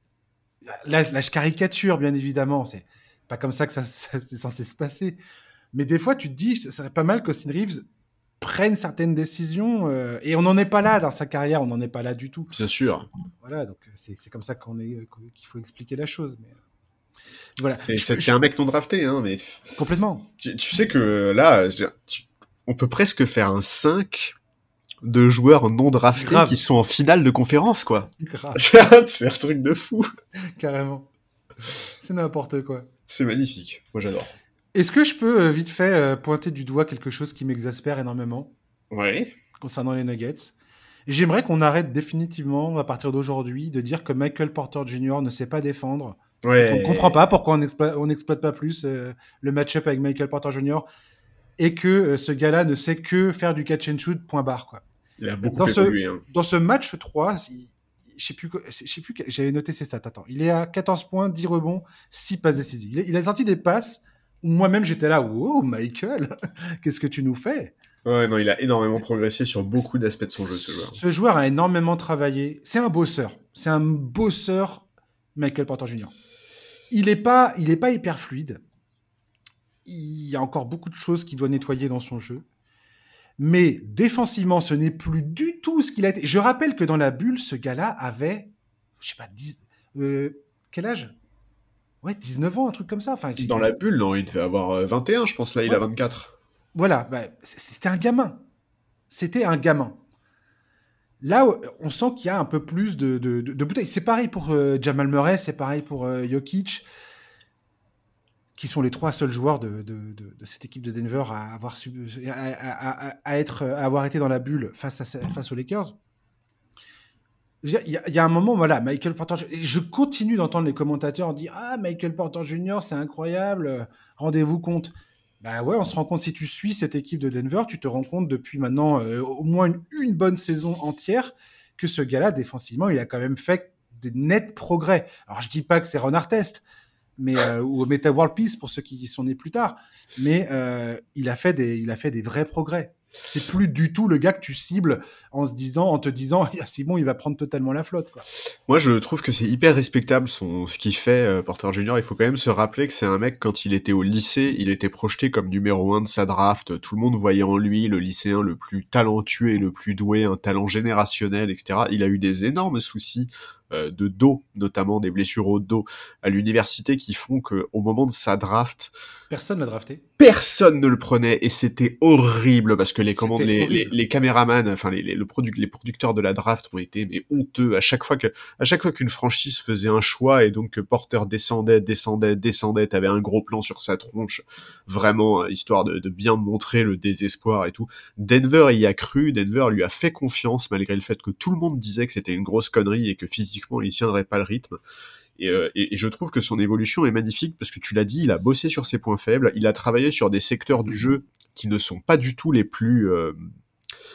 là, là, je caricature bien évidemment, c'est pas comme ça que ça, ça c'est censé se passer, mais des fois, tu te dis, ça serait pas mal qu'Austin Reeves prennent certaines décisions euh, et on n'en est pas là dans sa carrière, on n'en est pas là du tout. Bien sûr. Voilà, donc c'est, c'est comme ça qu'on est, qu'il faut expliquer la chose. Mais voilà. C'est, je, c'est, je, c'est un mec non drafté, hein, mais complètement. Tu, tu sais que là, tu, on peut presque faire un cinq de joueurs non draftés Grave. Qui sont en finale de conférence, quoi. Grave. C'est un truc de fou. Carrément. C'est n'importe quoi. C'est magnifique. Moi, j'adore. Est-ce que je peux euh, vite fait euh, pointer du doigt quelque chose qui m'exaspère énormément oui. concernant les Nuggets ? J'aimerais qu'on arrête définitivement, à partir d'aujourd'hui, de dire que Michael Porter Junior ne sait pas défendre. Ouais. On ne comprend pas pourquoi on n'exploite pas plus euh, le match-up avec Michael Porter Junior et que euh, ce gars-là ne sait que faire du catch and shoot, point barre, quoi. Il a beaucoup dans évolué. Ce, hein. Dans ce match trois, il, je sais plus, je sais plus, j'avais noté ses stats. Attends, il est à quatorze points, dix rebonds, six passes décisives. Il, il a sorti des passes où moi-même j'étais là, wow, Michael, qu'est-ce que tu nous fais ? Ouais, non, il a énormément progressé sur beaucoup d'aspects de son jeu, ce joueur. Ce joueur a énormément travaillé. C'est un bosseur. C'est un bosseur, Michael Porter Junior Il est pas, il est pas hyper fluide. Il y a encore beaucoup de choses qu'il doit nettoyer dans son jeu. Mais défensivement, ce n'est plus du tout ce qu'il a été. Je rappelle que dans la bulle, ce gars-là avait, je sais pas, dix, euh, quel âge ? Ouais, dix-neuf ans, un truc comme ça. Enfin, dans la bulle, non, il devait avoir vingt et un, je pense. Là, il ouais. a vingt-quatre. Voilà, bah, c'était un gamin. C'était un gamin. Là, on sent qu'il y a un peu plus de, de, de, de bouteilles. C'est pareil pour euh, Jamal Murray, c'est pareil pour euh, Jokic, qui sont les trois seuls joueurs de, de, de, de cette équipe de Denver à avoir, sub, à, à, à, à, être, à avoir été dans la bulle face, à, face aux Lakers. Il y, a, il y a un moment, voilà, Michael Porter, je continue d'entendre les commentateurs dire « Ah, Michael Porter Junior, c'est incroyable, rendez-vous compte ». Bah ouais, on se rend compte, si tu suis cette équipe de Denver, tu te rends compte depuis maintenant euh, au moins une, une bonne saison entière que ce gars-là, défensivement, il a quand même fait des nets progrès. Alors, je dis pas que c'est Ron Artest, mais euh, ou Meta World Peace pour ceux qui y sont nés plus tard, mais euh, il a fait des, il a fait des vrais progrès. C'est plus du tout le gars que tu cibles en se disant, en te disant, ah, c'est bon, il va prendre totalement la flotte, quoi. Moi, je trouve que c'est hyper respectable son, ce qu'il fait, euh, Porter Junior. Il faut quand même se rappeler que c'est un mec, quand il était au lycée, il était projeté comme numéro un de sa draft. Tout le monde voyait en lui le lycéen le plus talentueux et le plus doué, un talent générationnel, et cetera. Il a eu des énormes soucis euh, de dos, notamment des blessures au dos à l'université qui font que, au moment de sa draft, personne l'a drafté. Personne ne le prenait et c'était horrible parce que les commandes, les, les, les caméramans, enfin les, les, le produ- les producteurs de la draft ont été mais honteux à chaque fois que, à chaque fois qu'une franchise faisait un choix et donc que Porter descendait, descendait, descendait, t'avais un gros plan sur sa tronche, vraiment histoire de, de bien montrer le désespoir et tout. Denver y a cru, Denver lui a fait confiance malgré le fait que tout le monde disait que c'était une grosse connerie et que physiquement il tiendrait pas le rythme. Et, euh, et, et je trouve que son évolution est magnifique parce que tu l'as dit, il a bossé sur ses points faibles, il a travaillé sur des secteurs du jeu qui ne sont pas du tout les plus euh,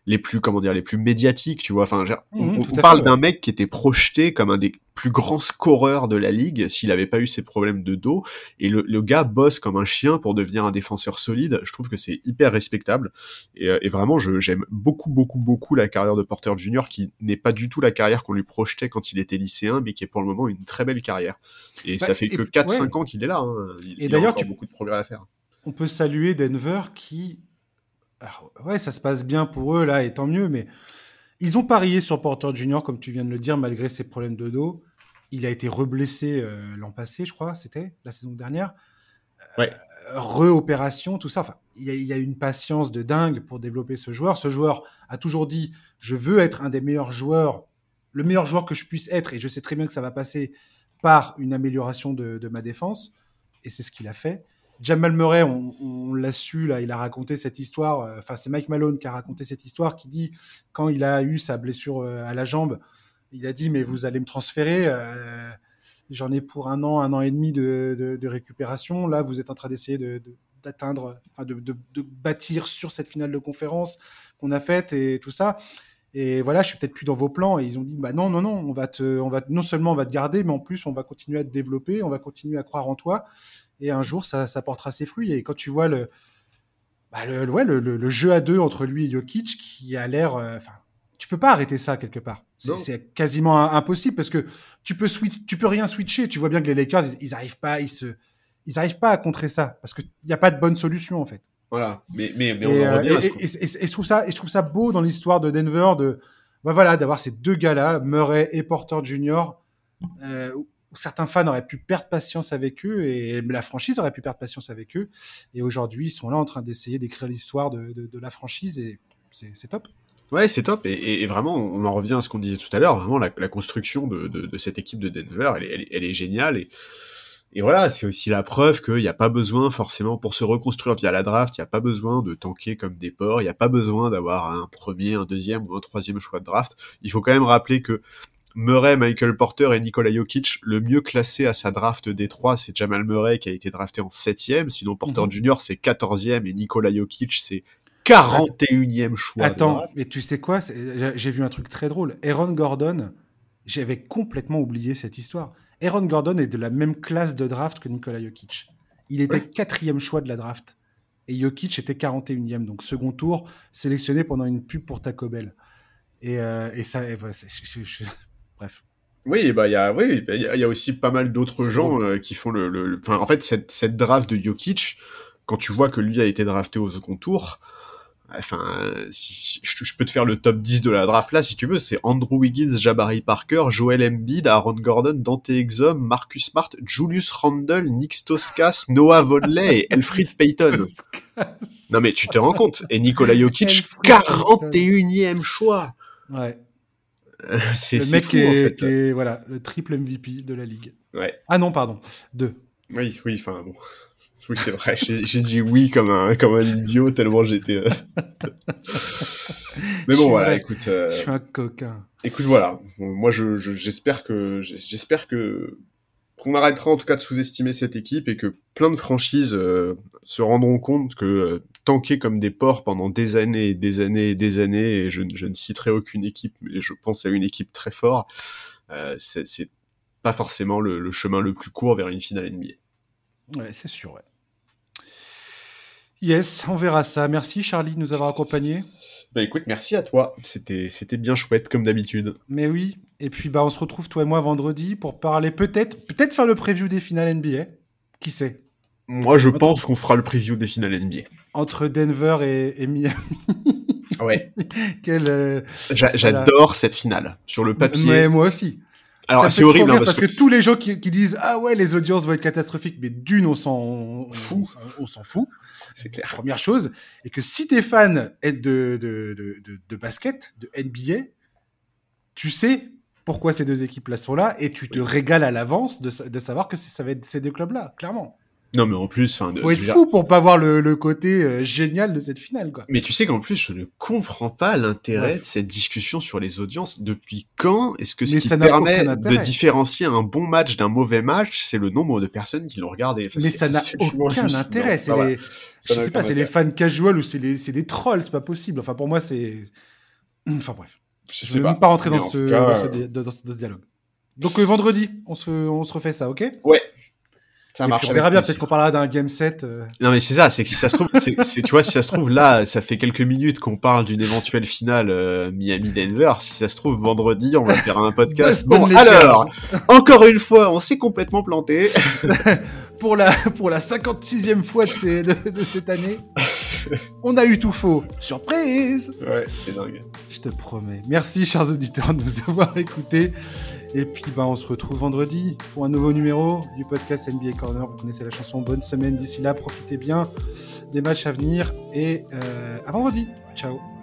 les plus, comment dire, les plus médiatiques, tu vois. Enfin, genre, on, Mmh, on parle fait, d'un ouais. mec qui était projeté comme un des plus grands scoreurs de la ligue s'il avait pas eu ces problèmes de dos. Et le, le gars bosse comme un chien pour devenir un défenseur solide. Je trouve que c'est hyper respectable. Et, et vraiment, je, j'aime beaucoup, beaucoup, beaucoup la carrière de Porter Junior, qui n'est pas du tout la carrière qu'on lui projetait quand il était lycéen, mais qui est pour le moment une très belle carrière. Et bah, ça fait et que quatre cinq ouais. ans qu'il est là. Hein. Il, et il d'ailleurs, a encore tu... beaucoup de progrès à faire. On peut saluer Denver qui... Alors, ouais, ça se passe bien pour eux, là, et tant mieux, mais ils ont parié sur Porter Junior, comme tu viens de le dire, malgré ses problèmes de dos. Il a été reblessé euh, l'an passé, je crois, c'était la saison dernière. Ouais. Euh, Re-opération, tout ça. Enfin, il y, a, il y a une patience de dingue pour développer ce joueur. Ce joueur a toujours dit, je veux être un des meilleurs joueurs, le meilleur joueur que je puisse être, et je sais très bien que ça va passer par une amélioration de, de ma défense, et c'est ce qu'il a fait. Jamal Murray, on, on l'a su, là, il a raconté cette histoire, enfin euh, c'est Mike Malone qui a raconté cette histoire, qui dit, quand il a eu sa blessure euh, à la jambe, il a dit, mais vous allez me transférer, euh, j'en ai pour un an, un an et demi de, de, de récupération, là vous êtes en train d'essayer de, de, d'atteindre, enfin de, de, de bâtir sur cette finale de conférence qu'on a faite et tout ça, et voilà, je suis peut-être plus dans vos plans, et ils ont dit, bah non, non, non, on va te, on va, non seulement on va te garder, mais en plus on va continuer à te développer, on va continuer à croire en toi, et un jour, ça, ça portera ses fruits. Et quand tu vois le, bah le, ouais, le, le, le jeu à deux entre lui et Jokic, qui a l'air... Enfin, euh, tu peux pas arrêter ça quelque part. C'est, c'est quasiment impossible parce que tu peux, switch, tu peux rien switcher. Tu vois bien que les Lakers, ils, ils arrivent pas, ils se, ils arrivent pas à contrer ça parce qu'il n'y a pas de bonne solution en fait. Voilà. Mais, mais, mais on et, en revient et, à ce et, et, et, et, je trouve ça, et je trouve ça beau dans l'histoire de Denver de, bah voilà, d'avoir ces deux gars-là, Murray et Porter Junior, euh, certains fans auraient pu perdre patience avec eux et la franchise aurait pu perdre patience avec eux. Et aujourd'hui, ils sont là en train d'essayer d'écrire l'histoire de, de, de la franchise et c'est, c'est top. Ouais, c'est top. Et, et vraiment, on en revient à ce qu'on disait tout à l'heure. Vraiment, la, la construction de, de, de cette équipe de Denver, elle est, elle est, elle est géniale. Et, et voilà, c'est aussi la preuve qu'il n'y a pas besoin forcément pour se reconstruire via la draft. Il n'y a pas besoin de tanker comme des porcs. Il n'y a pas besoin d'avoir un premier, un deuxième ou un troisième choix de draft. Il faut quand même rappeler que Murray, Michael Porter et Nikola Jokic, le mieux classé à sa draft des trois, c'est Jamal Murray qui a été drafté en septième, sinon Porter mm-hmm. Junior c'est quatorzième et Nikola Jokic c'est quarante et unième choix. Attends, mais tu sais quoi, c'est... j'ai vu un truc très drôle. Aaron Gordon, j'avais complètement oublié cette histoire. Aaron Gordon est de la même classe de draft que Nikola Jokic. Il était ouais. quatrième choix de la draft. Et Jokic était quarante et unième, donc second tour, sélectionné pendant une pub pour Taco Bell. Et, euh, et ça, et voilà, c'est, je, je, bref. Oui, bah il y a, oui, il y, y a aussi pas mal d'autres c'est gens euh, qui font le, le, enfin en fait cette cette draft de Jokic, quand tu vois que lui a été drafté au second tour, enfin si, si, je, je peux te faire le top dix de la draft là si tu veux, c'est Andrew Wiggins, Jabari Parker, Joel Embiid, Aaron Gordon, Dante Exum, Marcus Smart, Julius Randle, Nick Stauskas, Noah Vonleh et Elfrid Payton. Non mais tu te rends compte, et Nikola Jokic quarante et unième choix. Ouais. c'est, le c'est mec fou, qui, est, en fait. qui est voilà, le triple M V P de la ligue. Ouais. Ah non, pardon, deux. Oui, oui, enfin bon. Oui, c'est vrai, j'ai, j'ai dit oui comme un, comme un idiot tellement j'étais... Euh... Mais bon, voilà, vrai. écoute... Euh... Je suis un coquin. Écoute, voilà, moi je, je, j'espère que... J'espère que... qu'on arrêtera en tout cas de sous-estimer cette équipe et que plein de franchises euh, se rendront compte que euh, tanker comme des porcs pendant des années et des années et des années, et je, je ne citerai aucune équipe, mais je pense à une équipe très forte, euh, c'est, c'est pas forcément le, le chemin le plus court vers une finale N B A. Ouais, c'est sûr, ouais. Yes, on verra ça. Merci Charlie de nous avoir accompagnés. Bah écoute, merci à toi. C'était, c'était bien chouette comme d'habitude. Mais oui. Et puis bah on se retrouve toi et moi vendredi pour parler peut-être, peut-être faire le preview des finales N B A. Qui sait ? Moi je Entre... pense qu'on fera le preview des finales N B A. Entre Denver et, et Miami. Ouais. Quel, euh, J'a- j'adore voilà. cette finale. Sur le papier. Mais moi aussi. Alors ça c'est horrible hein, parce, parce que... que tous les gens qui, qui disent ah ouais les audiences vont être catastrophiques, mais d'une on s'en on, on, on s'en fout. C'est clair. Première chose, et que si t'es fan de de, de de de basket, de N B A, tu sais pourquoi ces deux équipes là sont là et tu te oui. régales à l'avance de de savoir que ça va être ces deux clubs là, clairement. Non mais en plus, enfin, faut être fou dire... pour pas voir le, le côté euh, génial de cette finale quoi. Mais tu sais qu'en plus je ne comprends pas l'intérêt Bref. de cette discussion sur les audiences. Depuis quand est-ce que ce mais qui permet de différencier un bon match d'un mauvais match, c'est le nombre de personnes qui l'ont regardé. Enfin, mais ça n'a aucun intérêt. C'est les, je sais pas, c'est les fans casual ou c'est les, c'est des trolls. C'est pas possible. Enfin pour moi c'est, Enfin bref. Je Je sais ne vais pas. même pas rentrer dans en ce, cas, dans, ce, euh... dans, dans ce dialogue. Donc euh, vendredi, on se, on se refait ça, ok ? Ouais. Ça et marche. Puis on verra bien, plaisir. peut-être qu'on parlera d'un game set. Euh... Non mais c'est ça, c'est que si ça se trouve, c'est, c'est, tu vois, si ça se trouve là, ça fait quelques minutes qu'on parle d'une éventuelle finale euh, Miami-Denver. Si ça se trouve vendredi, on va faire un podcast. Bon, alors, encore une fois, on s'est complètement planté. pour la pour la cinquante-sixième fois de, ces, de, de cette année, on a eu tout faux. Surprise. Ouais, c'est dingue. Je te promets. Merci, chers auditeurs, de nous avoir écoutés. Et puis, bah, on se retrouve vendredi pour un nouveau numéro du podcast N B A Corner. Vous connaissez la chanson. Bonne semaine d'ici là. Profitez bien des matchs à venir. Et euh, à vendredi. Ciao.